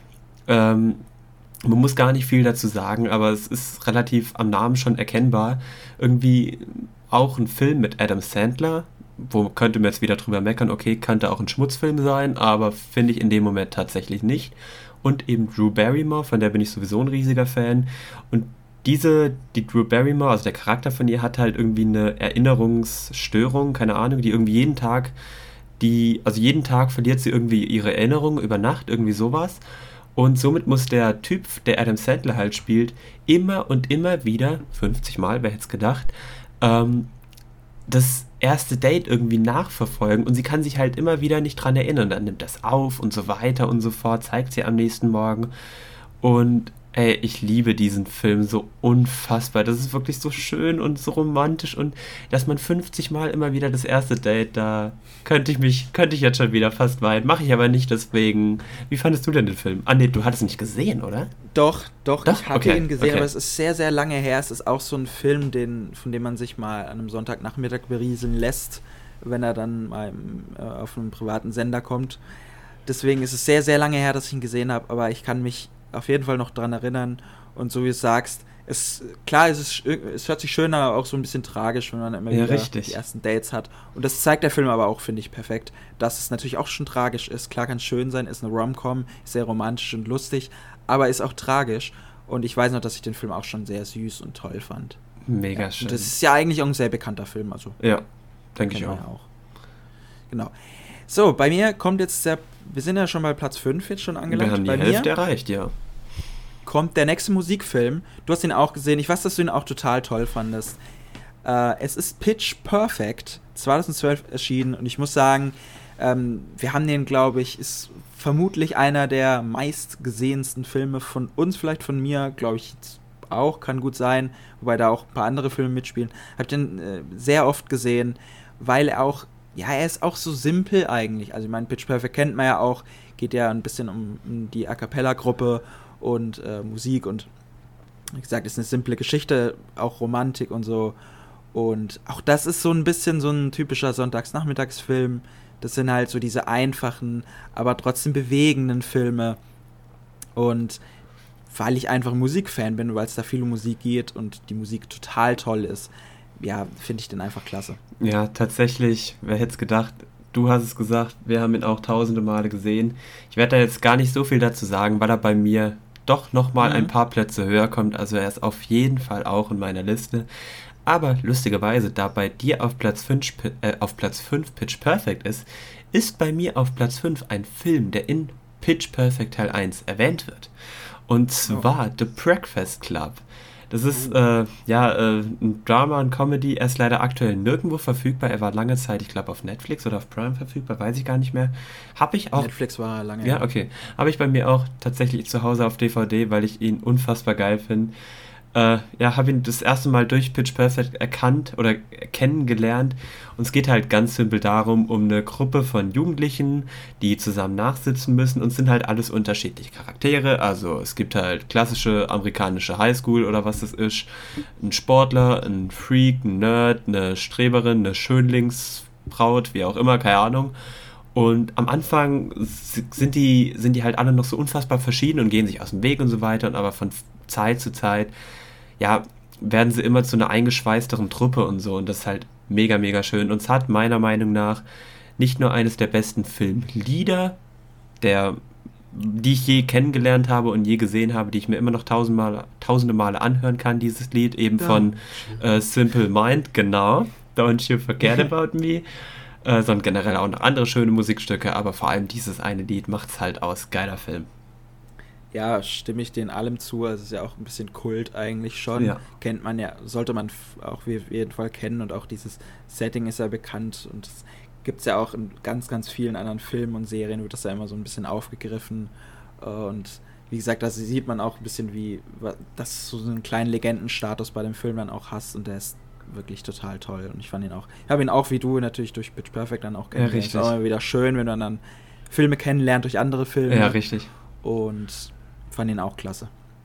ähm, man muss gar nicht viel dazu sagen, aber es ist relativ am Namen schon erkennbar. Irgendwie auch ein Film mit Adam Sandler. Wo könnte man jetzt wieder drüber meckern, okay, könnte auch ein Schmutzfilm sein, aber finde ich in dem Moment tatsächlich nicht. Und eben Drew Barrymore, von der bin ich sowieso ein riesiger Fan. Und diese, die Drew Barrymore, also der Charakter von ihr, hat halt irgendwie eine Erinnerungsstörung, keine Ahnung, die irgendwie jeden Tag, die, also jeden Tag verliert sie irgendwie ihre Erinnerung über Nacht, irgendwie sowas. Und somit muss der Typ, der Adam Sandler halt spielt, immer und immer wieder, fünfzig Mal, wer hätte es gedacht, ähm, das erste Date irgendwie nachverfolgen und sie kann sich halt immer wieder nicht dran erinnern. Dann nimmt das auf und so weiter und so fort, zeigt sie am nächsten Morgen. Und ey, ich liebe diesen Film so unfassbar. Das ist wirklich so schön und so romantisch und dass man fünfzig Mal immer wieder das erste Date, da könnte ich mich, könnte ich jetzt schon wieder fast weinen. Mache ich aber nicht, deswegen. Wie fandest du denn den Film? Ah ne, du hattest ihn nicht gesehen, oder? Doch, doch, doch? ich hatte okay. ihn gesehen, okay. aber es ist sehr, sehr lange her. Es ist auch so ein Film, den, von dem man sich mal an einem Sonntagnachmittag berieseln lässt, wenn er dann mal im, äh, auf einem privaten Sender kommt. Deswegen ist es sehr, sehr lange her, dass ich ihn gesehen habe, aber ich kann mich auf jeden Fall noch dran erinnern. Und so wie du sagst, es, klar, es, ist, es hört sich schön, aber auch so ein bisschen tragisch, wenn man immer ja, wieder richtig. die ersten Dates hat. Und das zeigt der Film aber auch, finde ich, perfekt, dass es natürlich auch schon tragisch ist. Klar kann es schön sein, ist eine Rom-Com, ist sehr romantisch und lustig, aber ist auch tragisch. Und ich weiß noch, dass ich den Film auch schon sehr süß und toll fand. Mega ja, schön. Und das ist ja eigentlich auch ein sehr bekannter Film. Also ja, denke ich auch. Ja auch. Genau. So, bei mir kommt jetzt der, wir sind ja schon bei Platz fünf jetzt schon angelangt. Wir haben die bei Hälfte mir erreicht, ja. Kommt der nächste Musikfilm. Du hast ihn auch gesehen. Ich weiß, dass du ihn auch total toll fandest. Äh, es ist Pitch Perfect, zweitausendzwölf erschienen. Und ich muss sagen, ähm, wir haben den, glaube ich, ist vermutlich einer der meistgesehensten Filme von uns, vielleicht von mir, glaube ich auch, kann gut sein. Wobei da auch ein paar andere Filme mitspielen. Hab den äh, sehr oft gesehen, weil er auch, ja, er ist auch so simpel eigentlich. Also ich meine, Pitch Perfect kennt man ja auch. Geht ja ein bisschen um, um die A-Cappella-Gruppe und äh, Musik und wie gesagt, ist eine simple Geschichte, auch Romantik und so. Und auch das ist so ein bisschen so ein typischer Sonntagsnachmittagsfilm. Das sind halt so diese einfachen, aber trotzdem bewegenden Filme. Und weil ich einfach Musikfan bin, weil es da viel um Musik geht und die Musik total toll ist, ja, finde ich den einfach klasse. Ja, tatsächlich, wer hätte es gedacht, du hast es gesagt, wir haben ihn auch tausende Male gesehen. Ich werde da jetzt gar nicht so viel dazu sagen, weil er bei mir doch nochmal mhm. ein paar Plätze höher kommt. Also er ist auf jeden Fall auch in meiner Liste. Aber lustigerweise, da bei dir auf Platz fünf, äh, auf Platz fünf Pitch Perfect ist, ist bei mir auf Platz fünf ein Film, der in Pitch Perfect Teil eins erwähnt wird. Und zwar oh. The Breakfast Club. Das ist äh, ja äh, ein Drama und Comedy. Er ist leider aktuell nirgendwo verfügbar. Er war lange Zeit, ich glaube, auf Netflix oder auf Prime verfügbar, weiß ich gar nicht mehr. Habe ich auch. Netflix war lange. Ja, okay. Habe ich bei mir auch tatsächlich zu Hause auf D V D, weil ich ihn unfassbar geil finde. Äh, ja, habe ihn das erste Mal durch Pitch Perfect erkannt oder kennengelernt. Und es geht halt ganz simpel darum, um eine Gruppe von Jugendlichen, die zusammen nachsitzen müssen und es sind halt alles unterschiedliche Charaktere. Also es gibt halt klassische amerikanische Highschool oder was das ist. Ein Sportler, ein Freak, ein Nerd, eine Streberin, eine Schönlingsbraut, wie auch immer, keine Ahnung. Und am Anfang sind die, sind die halt alle noch so unfassbar verschieden und gehen sich aus dem Weg und so weiter. Und aber von Zeit zu Zeit, ja, werden sie immer zu einer eingeschweißteren Truppe und so. Und das ist halt mega, mega schön. Und es hat meiner Meinung nach nicht nur eines der besten Filmlieder der die ich je kennengelernt habe und je gesehen habe, die ich mir immer noch tausendmal, tausende Male anhören kann, dieses Lied, eben ja. von äh, Simple Mind, genau, Don't You Forget About Me, äh, sondern generell auch noch andere schöne Musikstücke, aber vor allem dieses eine Lied macht's halt aus, geiler Film. Ja, stimme ich denen allem zu, also es ist ja auch ein bisschen Kult eigentlich schon, ja. kennt man ja, sollte man auch auf jeden Fall kennen und auch dieses Setting ist ja bekannt und es gibt es ja auch in ganz, ganz vielen anderen Filmen und Serien, wird das ja immer so ein bisschen aufgegriffen. Und wie gesagt, da sieht man auch ein bisschen, wie, dass du so einen kleinen Legendenstatus bei dem Film dann auch hast und der ist wirklich total toll. Und ich fand ihn auch, ich habe ihn auch wie du natürlich durch Pitch Perfect dann auch kennengelernt. Ja, richtig. Ist auch immer wieder schön, wenn man dann Filme kennenlernt durch andere Filme. Ja, richtig. Und fand ihn auch klasse.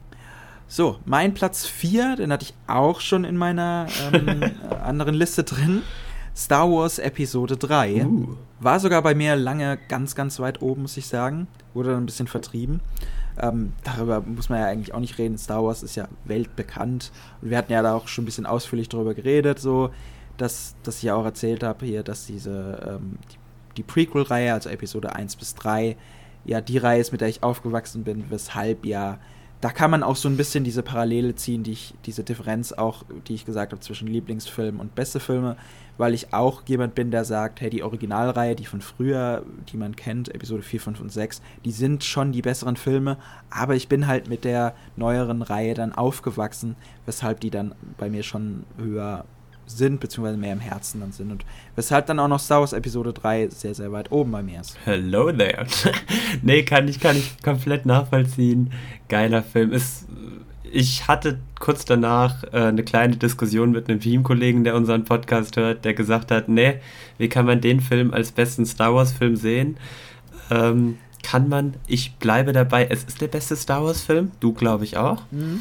So, mein Platz vier, den hatte ich auch schon in meiner ähm, anderen Liste drin. Star Wars Episode drei. Uh. War sogar bei mir lange ganz, ganz weit oben, muss ich sagen. Wurde dann ein bisschen vertrieben. Ähm, darüber muss man ja eigentlich auch nicht reden. Star Wars ist ja weltbekannt. Und wir hatten ja da auch schon ein bisschen ausführlich drüber geredet, so, dass, dass ich ja auch erzählt habe hier, dass diese ähm, die, die Prequel-Reihe, also Episode eins bis drei, ja die Reihe ist, mit der ich aufgewachsen bin, weshalb ja da kann man auch so ein bisschen diese Parallele ziehen, die ich, diese Differenz auch, die ich gesagt habe, zwischen Lieblingsfilmen und beste Filme, weil ich auch jemand bin, der sagt, hey, die Originalreihe, die von früher, die man kennt, Episode vier, fünf und sechs, die sind schon die besseren Filme, aber ich bin halt mit der neueren Reihe dann aufgewachsen, weshalb die dann bei mir schon höher sind, beziehungsweise mehr im Herzen dann sind und weshalb dann auch noch Star Wars Episode drei sehr, sehr weit oben bei mir ist. Hello there. Nee, kann ich, kann ich komplett nachvollziehen. Geiler Film. Ist, ich hatte kurz danach äh, eine kleine Diskussion mit einem Teamkollegen, der unseren Podcast hört, der gesagt hat, nee, wie kann man den Film als besten Star Wars Film sehen? Ähm, kann man, ich bleibe dabei, es ist der beste Star Wars Film, du glaube ich auch. Mhm.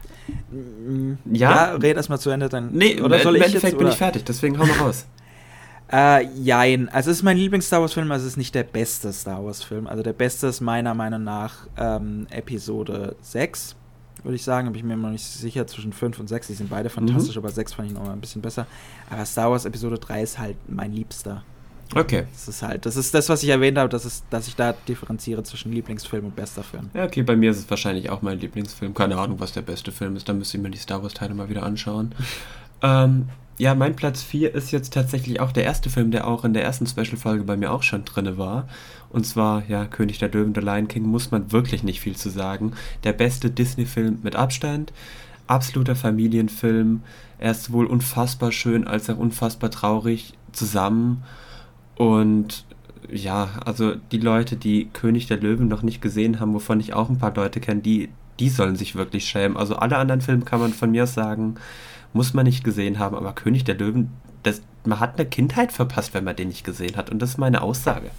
Ja, ja, red erst mal zu Ende, dann. Nee, oder soll im ich Endeffekt jetzt, bin ich fertig, deswegen hau mal raus. äh, jein, also es ist mein Lieblings-Star Wars-Film, also es ist nicht der beste Star Wars-Film. Also der beste ist meiner Meinung nach ähm, Episode sechs, würde ich sagen. Da bin ich mir immer noch nicht sicher, zwischen fünf und sechs, die sind beide fantastisch, mhm. aber sechs fand ich noch mal ein bisschen besser. Aber Star Wars Episode drei ist halt mein Liebster. Okay. Das ist halt, das ist das, was ich erwähnt habe, das ist, dass ich da differenziere zwischen Lieblingsfilm und bester Film. Ja, okay, bei mir ist es wahrscheinlich auch mein Lieblingsfilm. Keine Ahnung, was der beste Film ist, da müsste ich mir die Star Wars-Teile mal wieder anschauen. ähm, ja, mein Platz vier ist jetzt tatsächlich auch der erste Film, der auch in der ersten Special-Folge bei mir auch schon drin war. Und zwar, ja, König der Löwen, The Lion King, muss man wirklich nicht viel zu sagen. Der beste Disney-Film mit Abstand. Absoluter Familienfilm. Er ist sowohl unfassbar schön als auch unfassbar traurig zusammen. Und ja, also die Leute, die König der Löwen noch nicht gesehen haben, wovon ich auch ein paar Leute kenne, die, die sollen sich wirklich schämen. Also alle anderen Filme kann man von mir aus sagen, muss man nicht gesehen haben, aber König der Löwen, das, man hat eine Kindheit verpasst, wenn man den nicht gesehen hat. Und das ist meine Aussage.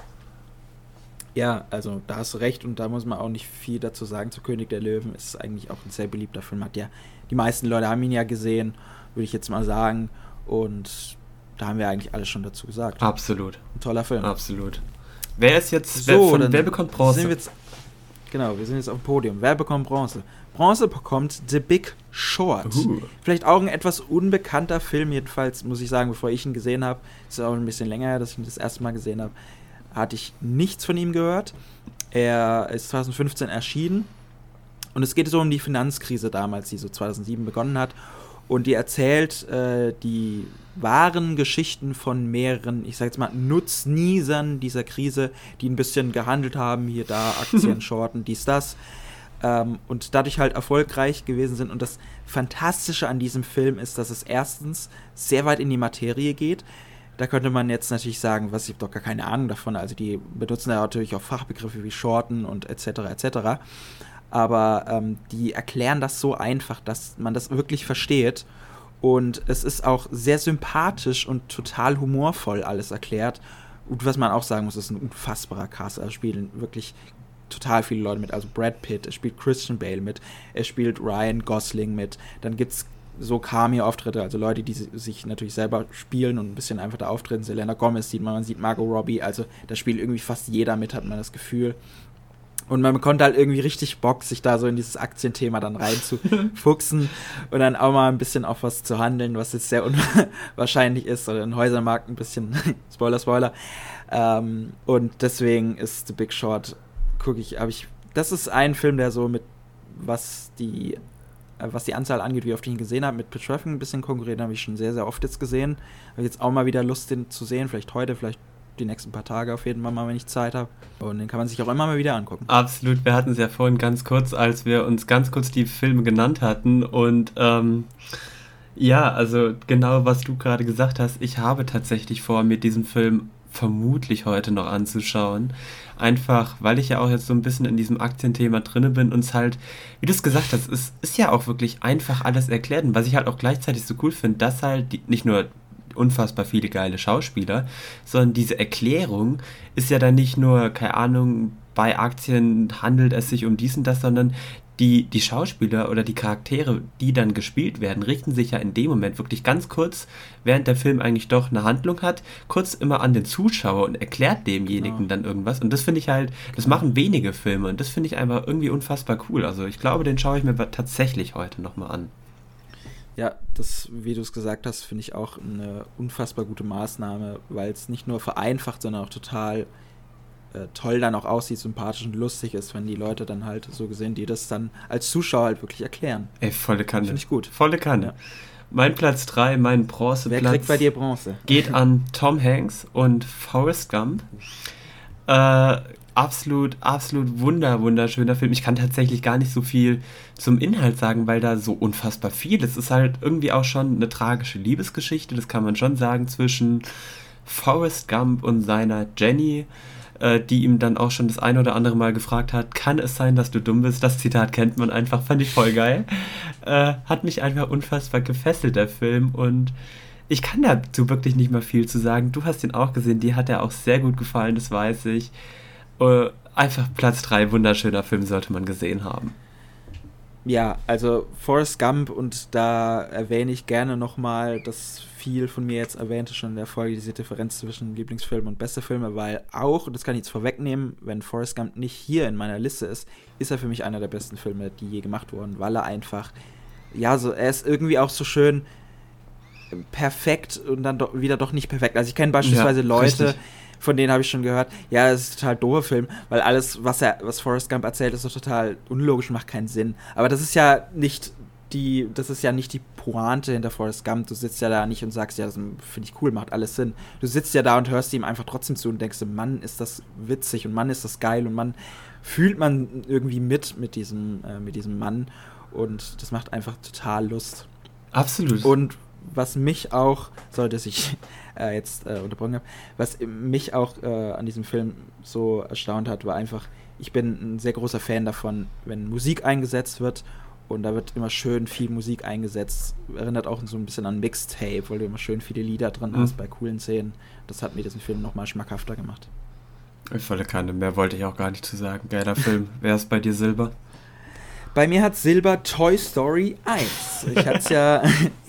Ja, also da hast du recht und da muss man auch nicht viel dazu sagen. Zu König der Löwen ist eigentlich auch ein sehr beliebter Film. Hat ja, die meisten Leute haben ihn ja gesehen, würde ich jetzt mal sagen. Und da haben wir eigentlich alles schon dazu gesagt. Absolut. Ein toller Film. Absolut. Wer ist jetzt, so, wer, von, wer bekommt Bronze? Sind wir jetzt, genau, wir sind jetzt auf dem Podium. Wer bekommt Bronze? Bronze bekommt The Big Short. Uh. Vielleicht auch ein etwas unbekannter Film, jedenfalls muss ich sagen, bevor ich ihn gesehen habe. Ist auch ein bisschen länger her, dass ich ihn das erste Mal gesehen habe. Hatte ich nichts von ihm gehört. Er ist zwanzig fünfzehn erschienen. Und es geht so um die Finanzkrise damals, die so zweitausendsieben begonnen hat. Und die erzählt äh, die wahren Geschichten von mehreren, ich sag jetzt mal, Nutznießern dieser Krise, die ein bisschen gehandelt haben, hier, da, Aktien, Shorten, dies, das. Ähm, und dadurch halt erfolgreich gewesen sind. Und das Fantastische an diesem Film ist, dass es erstens sehr weit in die Materie geht. Da könnte man jetzt natürlich sagen, was, ich habe doch gar keine Ahnung davon. Also die benutzen ja natürlich auch Fachbegriffe wie Shorten und et cetera et cetera. Aber ähm, die erklären das so einfach, dass man das wirklich versteht. Und es ist auch sehr sympathisch und total humorvoll alles erklärt. Und was man auch sagen muss, ist ein unfassbarer Cast. Da spielen wirklich total viele Leute mit. Also Brad Pitt, es spielt Christian Bale mit, es spielt Ryan Gosling mit. Dann gibt es so Cameo-Auftritte, also Leute, die sich natürlich selber spielen und ein bisschen einfach da auftreten. Selena Gomez sieht man, man sieht Margot Robbie. Also da spielt irgendwie fast jeder mit, hat man das Gefühl. Und man konnte halt irgendwie richtig Bock, sich da so in dieses Aktienthema dann reinzufuchsen und dann auch mal ein bisschen auf was zu handeln, was jetzt sehr unwahrscheinlich ist, oder den Häusermarkt ein bisschen, Spoiler, Spoiler. Ähm, und deswegen ist The Big Short gucke ich, habe ich, das ist ein Film, der so mit, was die, äh, was die Anzahl angeht, wie oft ich ihn gesehen habe, mit Pitch Perfect ein bisschen konkurriert, habe ich schon sehr, sehr oft jetzt gesehen. Habe jetzt auch mal wieder Lust, den zu sehen, vielleicht heute, vielleicht die nächsten paar Tage auf jeden Fall mal, wenn ich Zeit habe. Und den kann man sich auch immer mal wieder angucken. Absolut, wir hatten es ja vorhin ganz kurz, als wir uns ganz kurz die Filme genannt hatten und ähm, ja, also genau, was du gerade gesagt hast, ich habe tatsächlich vor, mir diesen Film vermutlich heute noch anzuschauen. Einfach, weil ich ja auch jetzt so ein bisschen in diesem Aktienthema drinne bin und es halt, wie du es gesagt hast, es ist ja auch wirklich einfach alles erklärt. Und was ich halt auch gleichzeitig so cool finde, dass halt die, nicht nur unfassbar viele geile Schauspieler, sondern diese Erklärung ist ja dann nicht nur, keine Ahnung, bei Aktien handelt es sich um dies und das, sondern die, die Schauspieler oder die Charaktere, die dann gespielt werden, richten sich ja in dem Moment wirklich ganz kurz, während der Film eigentlich doch eine Handlung hat, kurz immer an den Zuschauer und erklärt demjenigen genau. dann irgendwas. Und das finde ich halt, das genau. machen wenige Filme und das finde ich einfach irgendwie unfassbar cool. Also ich glaube, den schaue ich mir tatsächlich heute nochmal an. Ja, das, wie du es gesagt hast, finde ich auch eine unfassbar gute Maßnahme, weil es nicht nur vereinfacht, sondern auch total äh, toll dann auch aussieht, sympathisch und lustig ist, wenn die Leute dann halt so gesehen, die das dann als Zuschauer halt wirklich erklären. Ey, volle Kanne. Finde ich gut. Volle Kanne. Ja. Mein Platz drei, mein Bronzeplatz. Wer kriegt bei dir Bronze? Geht an Tom Hanks und Forrest Gump. Äh, absolut, absolut wunder, wunderschöner Film. Ich kann tatsächlich gar nicht so viel zum Inhalt sagen, weil da so unfassbar viel ist. Es ist halt irgendwie auch schon eine tragische Liebesgeschichte, das kann man schon sagen, zwischen Forrest Gump und seiner Jenny, äh, die ihm dann auch schon das ein oder andere Mal gefragt hat, kann es sein, dass du dumm bist? Das Zitat kennt man einfach, fand ich voll geil. Äh, hat mich einfach unfassbar gefesselt, der Film, und ich kann dazu wirklich nicht mal viel zu sagen. Du hast ihn auch gesehen, dir hat er auch sehr gut gefallen, das weiß ich. Uh, einfach Platz drei, wunderschöner Film, sollte man gesehen haben. Ja, also Forrest Gump, und da erwähne ich gerne nochmal das viel von mir jetzt erwähnte schon in der Folge, diese Differenz zwischen Lieblingsfilmen und beste Filme, weil auch, und das kann ich jetzt vorwegnehmen, wenn Forrest Gump nicht hier in meiner Liste ist, ist er für mich einer der besten Filme, die je gemacht wurden, weil er einfach, ja, so, er ist irgendwie auch so schön perfekt und dann doch wieder doch nicht perfekt. Also ich kenne beispielsweise ja, Leute, richtig. Von denen habe ich schon gehört, ja, es ist ein total doofer Film, weil alles, was er, was Forrest Gump erzählt, ist so total unlogisch und macht keinen Sinn. Aber das ist ja nicht die, das ist ja nicht die Pointe hinter Forrest Gump. Du sitzt ja da nicht und sagst, ja, das finde ich cool, macht alles Sinn. Du sitzt ja da und hörst ihm einfach trotzdem zu und denkst, Mann, ist das witzig und Mann, ist das geil und Mann, fühlt man irgendwie mit mit diesem, äh, mit diesem Mann, und das macht einfach total Lust. Absolut. Und was mich auch, sollte sich äh, jetzt äh, unterbrochen habe, was mich auch äh, an diesem Film so erstaunt hat, war einfach, ich bin ein sehr großer Fan davon, wenn Musik eingesetzt wird, und da wird immer schön viel Musik eingesetzt. Erinnert auch so ein bisschen an Mixtape, weil du immer schön viele Lieder drin mhm. hast bei coolen Szenen. Das hat mir diesen Film nochmal schmackhafter gemacht. Volle Kanne, mehr wollte ich auch gar nicht zu sagen. Geiler Film. Wer ist bei dir Silber? Bei mir hat Silber Toy Story eins. Ich hatte es ja,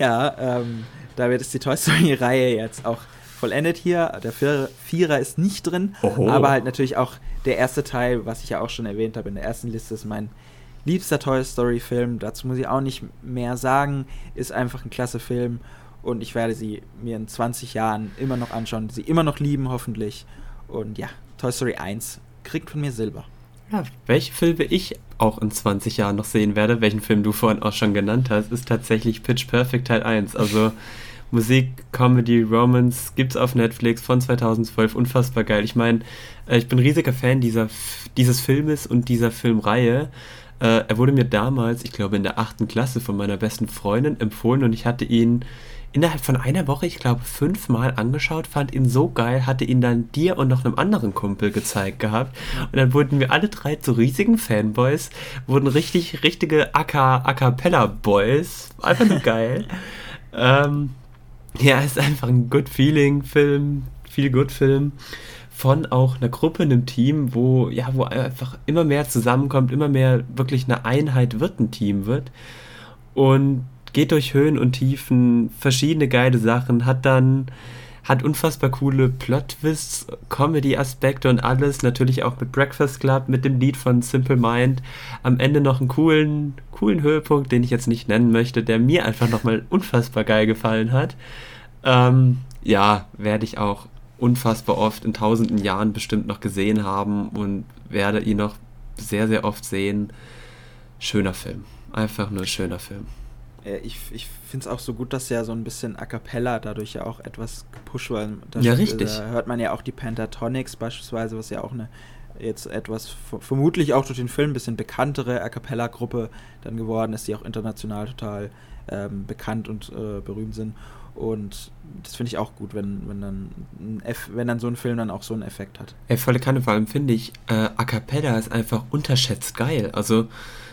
ja, ähm, da wird es die Toy Story-Reihe jetzt auch vollendet hier. Der Vierer ist nicht drin, Oho. aber halt natürlich auch der erste Teil, was ich ja auch schon erwähnt habe in der ersten Liste, ist mein liebster Toy Story-Film. Dazu muss ich auch nicht mehr sagen. Ist einfach ein klasse Film, und ich werde sie mir in zwanzig Jahren immer noch anschauen, sie immer noch lieben, hoffentlich. Und ja, Toy Story eins kriegt von mir Silber. Ja, welche Filme ich auch in zwanzig Jahren noch sehen werde, welchen Film du vorhin auch schon genannt hast, ist tatsächlich Pitch Perfect Teil eins. Also Musik, Comedy, Romance, gibt's auf Netflix von zweitausendzwölf, unfassbar geil. Ich meine, ich bin riesiger Fan dieser, dieses Filmes und dieser Filmreihe. Er wurde mir damals, ich glaube in der achten Klasse, von meiner besten Freundin empfohlen, und ich hatte ihn innerhalb von einer Woche, ich glaube, fünfmal angeschaut, fand ihn so geil, hatte ihn dann dir und noch einem anderen Kumpel gezeigt gehabt, und dann wurden wir alle drei zu riesigen Fanboys, wurden richtig, richtige A Cappella-Boys, einfach nur geil. ähm, ja, ist einfach ein Good-Feeling-Film, Feel-Good-Film, von auch einer Gruppe, einem Team, wo, ja, wo einfach immer mehr zusammenkommt, immer mehr wirklich eine Einheit wird, ein Team wird, und geht durch Höhen und Tiefen, verschiedene geile Sachen, hat dann, hat unfassbar coole Plot-Twists, Comedy-Aspekte und alles, natürlich auch mit Breakfast Club, mit dem Lied von Simple Mind, am Ende noch einen coolen, coolen Höhepunkt, den ich jetzt nicht nennen möchte, der mir einfach nochmal unfassbar geil gefallen hat. Ähm, ja, werde ich auch unfassbar oft in tausenden Jahren bestimmt noch gesehen haben und werde ihn noch sehr, sehr oft sehen. Schöner Film. Einfach nur schöner Film. Ich, ich finde es auch so gut, dass ja so ein bisschen A Cappella dadurch ja auch etwas gepusht wird. Ja, richtig. Da hört man ja auch die Pentatonics beispielsweise, was ja auch eine jetzt etwas vermutlich auch durch den Film ein bisschen bekanntere A Cappella-Gruppe dann geworden ist, die auch international total ähm, bekannt und äh, berühmt sind. Und das finde ich auch gut, wenn, wenn, dann ein Eff, wenn dann so ein Film dann auch so einen Effekt hat. Ey, volle Kanne, vor allem finde ich, äh, A Cappella ist einfach unterschätzt geil. Also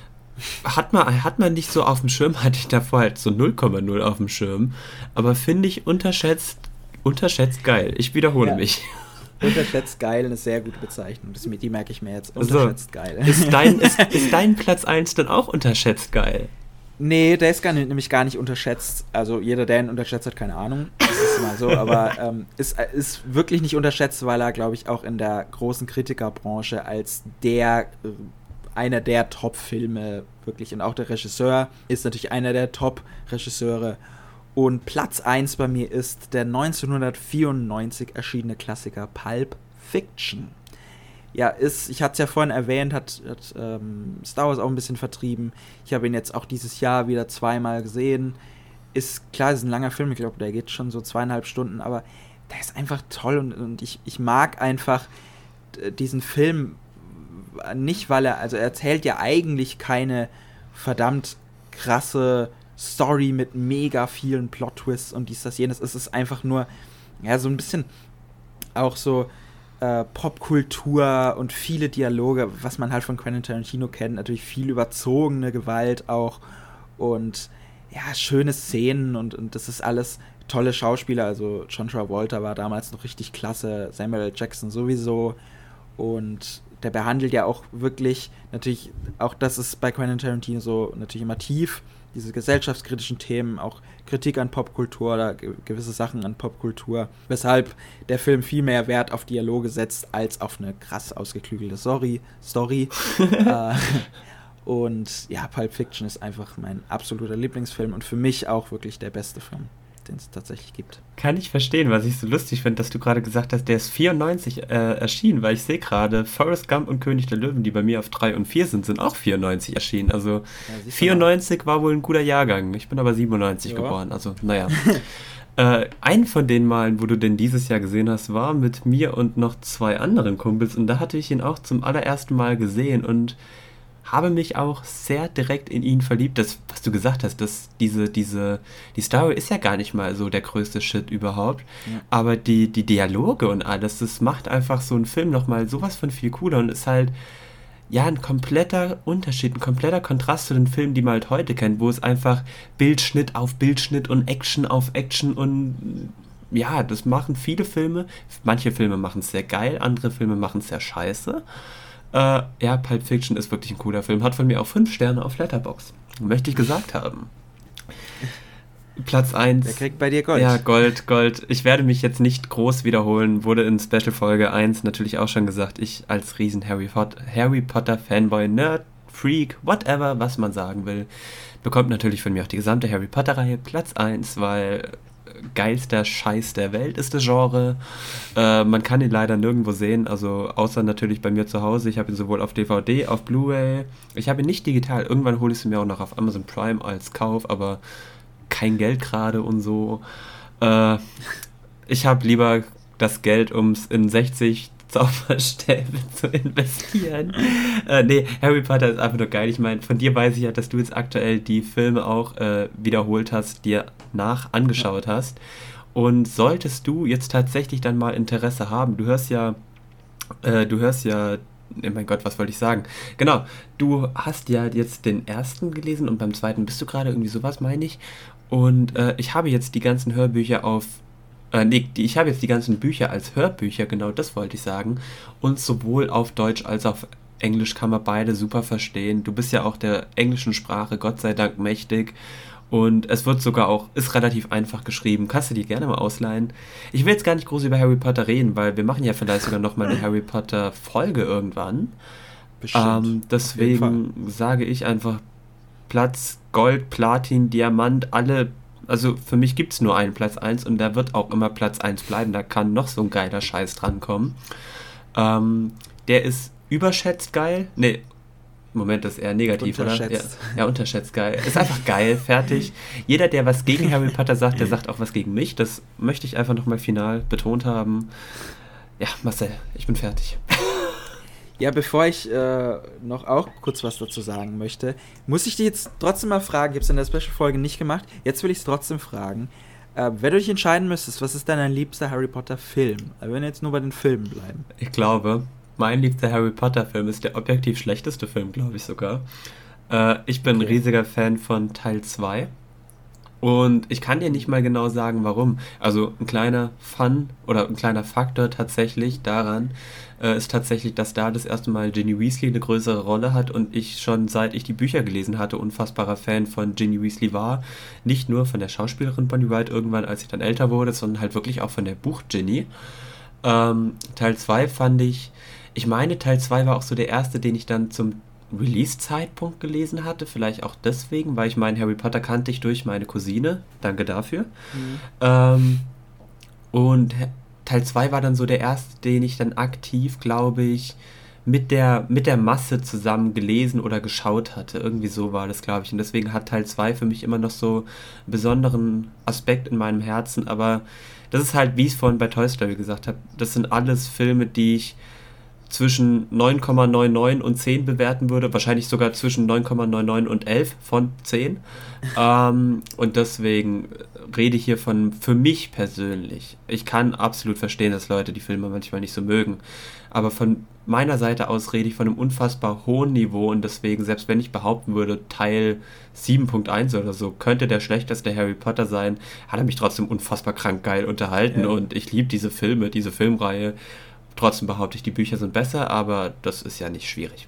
hat man, hat man nicht so auf dem Schirm, hatte ich davor halt so null Komma null auf dem Schirm, aber finde ich unterschätzt, unterschätzt geil. Ich wiederhole ja. mich. Unterschätzt geil, eine sehr gute Bezeichnung. Das, die merke ich mir jetzt. Unterschätzt so, geil. Ist dein, ist, ist dein Platz eins dann auch unterschätzt geil? Nee, der ist gar nicht, nämlich gar nicht unterschätzt. Also jeder, der ihn unterschätzt hat, keine Ahnung. Das ist mal so. Aber ähm, ist, ist wirklich nicht unterschätzt, weil er, glaube ich, auch in der großen Kritikerbranche als der, äh, einer der Top-Filme wirklich, und auch der Regisseur ist natürlich einer der Top-Regisseure. Und Platz eins bei mir ist der neunzehnhundertvierundneunzig erschienene Klassiker Pulp Fiction. Ja, ist, ich hatte es ja vorhin erwähnt, hat, hat ähm, Star Wars auch ein bisschen vertrieben. Ich habe ihn jetzt auch dieses Jahr wieder zweimal gesehen. Ist klar, es ist ein langer Film, ich glaube, der geht schon so zweieinhalb Stunden, aber der ist einfach toll und, und ich, ich mag einfach diesen Film nicht, weil er, also er erzählt ja eigentlich keine verdammt krasse Story mit mega vielen Plot-Twists und dies, das, jenes. Es ist einfach nur, ja, so ein bisschen auch so äh, Popkultur und viele Dialoge, was man halt von Quentin Tarantino kennt, natürlich viel überzogene Gewalt auch und ja, schöne Szenen und, und das ist alles tolle Schauspieler, also John Travolta war damals noch richtig klasse, Samuel L. Jackson sowieso und der behandelt ja auch wirklich, natürlich, auch das ist bei Quentin Tarantino so natürlich immer tief, diese gesellschaftskritischen Themen, auch Kritik an Popkultur oder ge- gewisse Sachen an Popkultur, weshalb der Film viel mehr Wert auf Dialoge setzt, als auf eine krass ausgeklügelte Story. Story. äh, und ja, Pulp Fiction ist einfach mein absoluter Lieblingsfilm und für mich auch wirklich der beste Film, den es tatsächlich gibt. Kann ich verstehen, was ich so lustig finde, dass du gerade gesagt hast, der ist vierundneunzig äh, erschienen, weil ich sehe gerade, Forrest Gump und König der Löwen, die bei mir auf drei und vier sind, sind auch vierundneunzig erschienen. Also ja, vierundneunzig war wohl ein guter Jahrgang. Ich bin aber siebenundneunzig ja. geboren, also naja. äh, ein von den Malen, wo du den dieses Jahr gesehen hast, war mit mir und noch zwei anderen Kumpels und da hatte ich ihn auch zum allerersten Mal gesehen und habe mich auch sehr direkt in ihn verliebt. Das, was du gesagt hast, dass diese, diese, die Story ist ja gar nicht mal so der größte Shit überhaupt, ja. aber die, die Dialoge und alles, das macht einfach so einen Film nochmal sowas von viel cooler und ist halt, ja, ein kompletter Unterschied, ein kompletter Kontrast zu den Filmen, die man halt heute kennt, wo es einfach Bildschnitt auf Bildschnitt und Action auf Action und ja, das machen viele Filme. Manche Filme machen es sehr geil, andere Filme machen es sehr scheiße. Uh, ja, Pulp Fiction ist wirklich ein cooler Film. Hat von mir auch fünf Sterne auf Letterboxd. Möchte ich gesagt haben. Platz eins. Wer kriegt bei dir Gold? Ja, Gold, Gold. Ich werde mich jetzt nicht groß wiederholen. Wurde in Special Folge eins natürlich auch schon gesagt. Ich als riesen Harry Potter, Harry Potter Fanboy, Nerd, Freak, whatever, was man sagen will, bekommt natürlich von mir auch die gesamte Harry Potter Reihe Platz eins, weil geilster Scheiß der Welt ist das Genre. Äh, man kann ihn leider nirgendwo sehen, also außer natürlich bei mir zu Hause. Ich habe ihn sowohl auf D V D, auf Blu-ray. Ich habe ihn nicht digital. Irgendwann hole ich ihn mir auch noch auf Amazon Prime als Kauf, aber kein Geld gerade und so. Äh, ich habe lieber das Geld, um es in sechzig Zauberstäbe zu investieren. äh, nee, Harry Potter ist einfach nur geil. Ich meine, von dir weiß ich ja, dass du jetzt aktuell die Filme auch äh, wiederholt hast, dir nach angeschaut hast. Und solltest du jetzt tatsächlich dann mal Interesse haben, du hörst ja, äh, du hörst ja, oh mein Gott, was wollte ich sagen? Genau, du hast ja jetzt den ersten gelesen und beim zweiten bist du gerade irgendwie sowas, meine ich. Und äh, ich habe jetzt die ganzen Hörbücher auf Äh, nee, die, ich habe jetzt die ganzen Bücher als Hörbücher, genau das wollte ich sagen. Und sowohl auf Deutsch als auch auf Englisch kann man beide super verstehen. Du bist ja auch der englischen Sprache Gott sei Dank mächtig. Und es wird sogar auch, ist relativ einfach geschrieben. Kannst du die gerne mal ausleihen. Ich will jetzt gar nicht groß über Harry Potter reden, weil wir machen ja vielleicht sogar nochmal eine Harry Potter Folge irgendwann. Bestimmt. Ähm, deswegen sage ich einfach Platz Gold, Platin, Diamant, alle. Also für mich gibt es nur einen Platz eins und der wird auch immer Platz eins bleiben. Da kann noch so ein geiler Scheiß drankommen. Ähm, der ist überschätzt geil. Nee, Moment, das ist eher negativ, unterschätzt. oder? Ja, ja, unterschätzt, geil. Ist einfach geil, fertig. Jeder, der was gegen Harry Potter sagt, der sagt auch was gegen mich. Das möchte ich einfach nochmal final betont haben. Ja, Marcel, ich bin fertig. Ja, bevor ich äh, noch auch kurz was dazu sagen möchte, muss ich dich jetzt trotzdem mal fragen, ich habe es in der Special-Folge nicht gemacht, jetzt will ich es trotzdem fragen. Äh, wenn du dich entscheiden müsstest, was ist dein liebster Harry Potter-Film? Also wenn wir jetzt nur bei den Filmen bleiben. Ich glaube, mein liebster Harry Potter-Film ist der objektiv schlechteste Film, glaube ich sogar. Äh, ich bin okay. ein riesiger Fan von Teil zwei. Und ich kann dir nicht mal genau sagen, warum. Also ein kleiner Fun oder ein kleiner Faktor tatsächlich daran äh, ist tatsächlich, dass da das erste Mal Ginny Weasley eine größere Rolle hat und ich schon seit ich die Bücher gelesen hatte, unfassbarer Fan von Ginny Weasley war. Nicht nur von der Schauspielerin Bonnie Wright irgendwann, als ich dann älter wurde, sondern halt wirklich auch von der Buch Ginny. Ähm, Teil zwei fand ich, ich meine Teil zwei war auch so der erste, den ich dann zum Release-Zeitpunkt gelesen hatte, vielleicht auch deswegen, weil ich meinen Harry Potter kannte ich durch meine Cousine, danke dafür. Mhm. Ähm, und Teil zwei war dann so der erste, den ich dann aktiv, glaube ich, mit der, mit der Masse zusammen gelesen oder geschaut hatte. Irgendwie so war das, glaube ich. Und deswegen hat Teil zwei für mich immer noch so einen besonderen Aspekt in meinem Herzen. Aber das ist halt, wie ich es vorhin bei Toy Story gesagt habe, das sind alles Filme, die ich zwischen neun Komma neunundneunzig und zehn bewerten würde, wahrscheinlich sogar zwischen neun Komma neunundneunzig und elf von zehn. ähm, und deswegen rede ich hier von, für mich persönlich, ich kann absolut verstehen, dass Leute die Filme manchmal nicht so mögen, aber von meiner Seite aus rede ich von einem unfassbar hohen Niveau und deswegen, selbst wenn ich behaupten würde, Teil sieben Punkt eins oder so könnte der schlechteste Harry Potter sein, hat er mich trotzdem unfassbar krank geil unterhalten ja. Und ich liebe diese Filme, diese Filmreihe. Trotzdem behaupte ich, die Bücher sind besser, aber das ist ja nicht schwierig.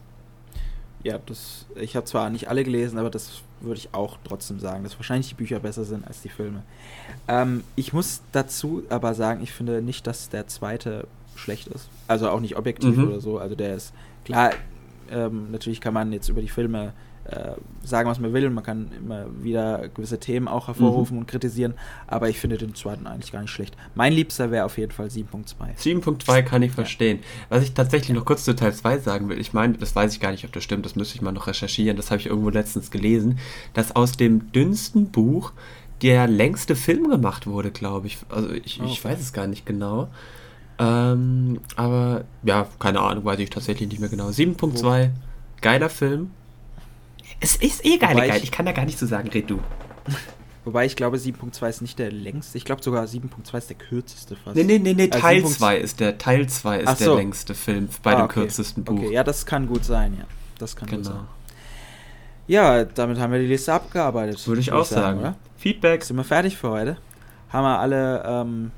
Ja, das, ich habe zwar nicht alle gelesen, aber das würde ich auch trotzdem sagen, dass wahrscheinlich die Bücher besser sind als die Filme. Ähm, ich muss dazu aber sagen, ich finde nicht, dass der zweite schlecht ist. Also auch nicht objektiv mhm. oder so. Also der ist, klar, ähm, natürlich kann man jetzt über die Filme äh, sagen, was man will. Man kann immer wieder gewisse Themen auch hervorrufen mhm. und kritisieren. Aber ich finde den zweiten eigentlich gar nicht schlecht. Mein Liebster wäre auf jeden Fall sieben Punkt zwei. sieben Punkt zwei kann ich verstehen. Ja. Was ich tatsächlich noch kurz zu Teil zwei sagen will, ich meine, das weiß ich gar nicht, ob das stimmt, das müsste ich mal noch recherchieren, das habe ich irgendwo letztens gelesen, dass aus dem dünnsten Buch der längste Film gemacht wurde, glaube ich. Also ich, oh, okay. ich weiß es gar nicht genau. Ähm, aber ja, keine Ahnung, weiß ich tatsächlich nicht mehr genau. sieben Punkt zwei, geiler Film. Es ist eh geil, geil. Ich, ich kann da gar nicht so sagen, red du. Wobei ich glaube, sieben Punkt zwei ist nicht der längste. Ich glaube sogar sieben Punkt zwei ist der kürzeste fast. Nee, nee, nee, nee, also Teil zwei ist der, Teil zwei ist so. Der längste Film bei ah, dem okay. kürzesten Buch. Okay, ja, das kann gut sein, ja. Das kann genau. gut sein. Ja, damit haben wir die Liste abgearbeitet. Würde ich auch sagen, sagen, oder? Feedback. Sind wir fertig für heute? Haben wir alle ähm,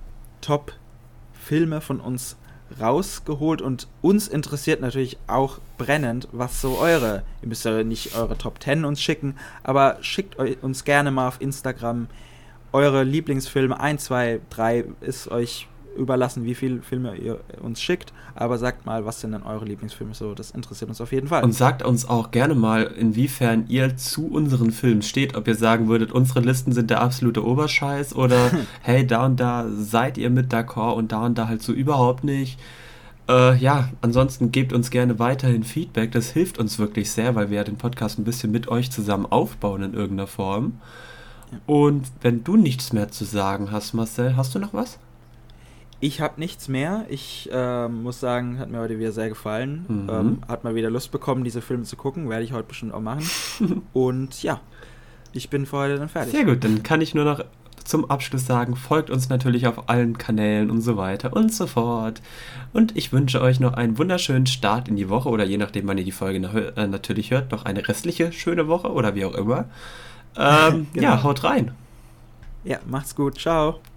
Top-Filme von uns rausgeholt und uns interessiert natürlich auch brennend, was so eure, ihr müsst ja nicht eure Top zehn uns schicken, aber schickt uns gerne mal auf Instagram eure Lieblingsfilme, eins, zwei, drei ist euch überlassen, wie viele Filme ihr uns schickt, aber sagt mal, was sind denn eure Lieblingsfilme, so, das interessiert uns auf jeden Fall. Und sagt uns auch gerne mal, inwiefern ihr zu unseren Filmen steht, ob ihr sagen würdet, unsere Listen sind der absolute Oberscheiß oder hey, da und da seid ihr mit d'accord und da und da halt so überhaupt nicht. Äh, ja, ansonsten gebt uns gerne weiterhin Feedback, das hilft uns wirklich sehr, weil wir ja den Podcast ein bisschen mit euch zusammen aufbauen in irgendeiner Form. Ja. Und wenn du nichts mehr zu sagen hast, Marcel, hast du noch was? Ich habe nichts mehr. Ich äh, muss sagen, hat mir heute wieder sehr gefallen. Mhm. Ähm, hat mal wieder Lust bekommen, diese Filme zu gucken. Werde ich heute bestimmt auch machen. Und ja, ich bin für heute dann fertig. Sehr gut, dann kann ich nur noch zum Abschluss sagen, folgt uns natürlich auf allen Kanälen und so weiter und so fort. Und ich wünsche euch noch einen wunderschönen Start in die Woche oder je nachdem, wann ihr die Folge nach, äh, natürlich hört, noch eine restliche schöne Woche oder wie auch immer. Ähm, genau. Ja, haut rein. Ja, macht's gut. Ciao.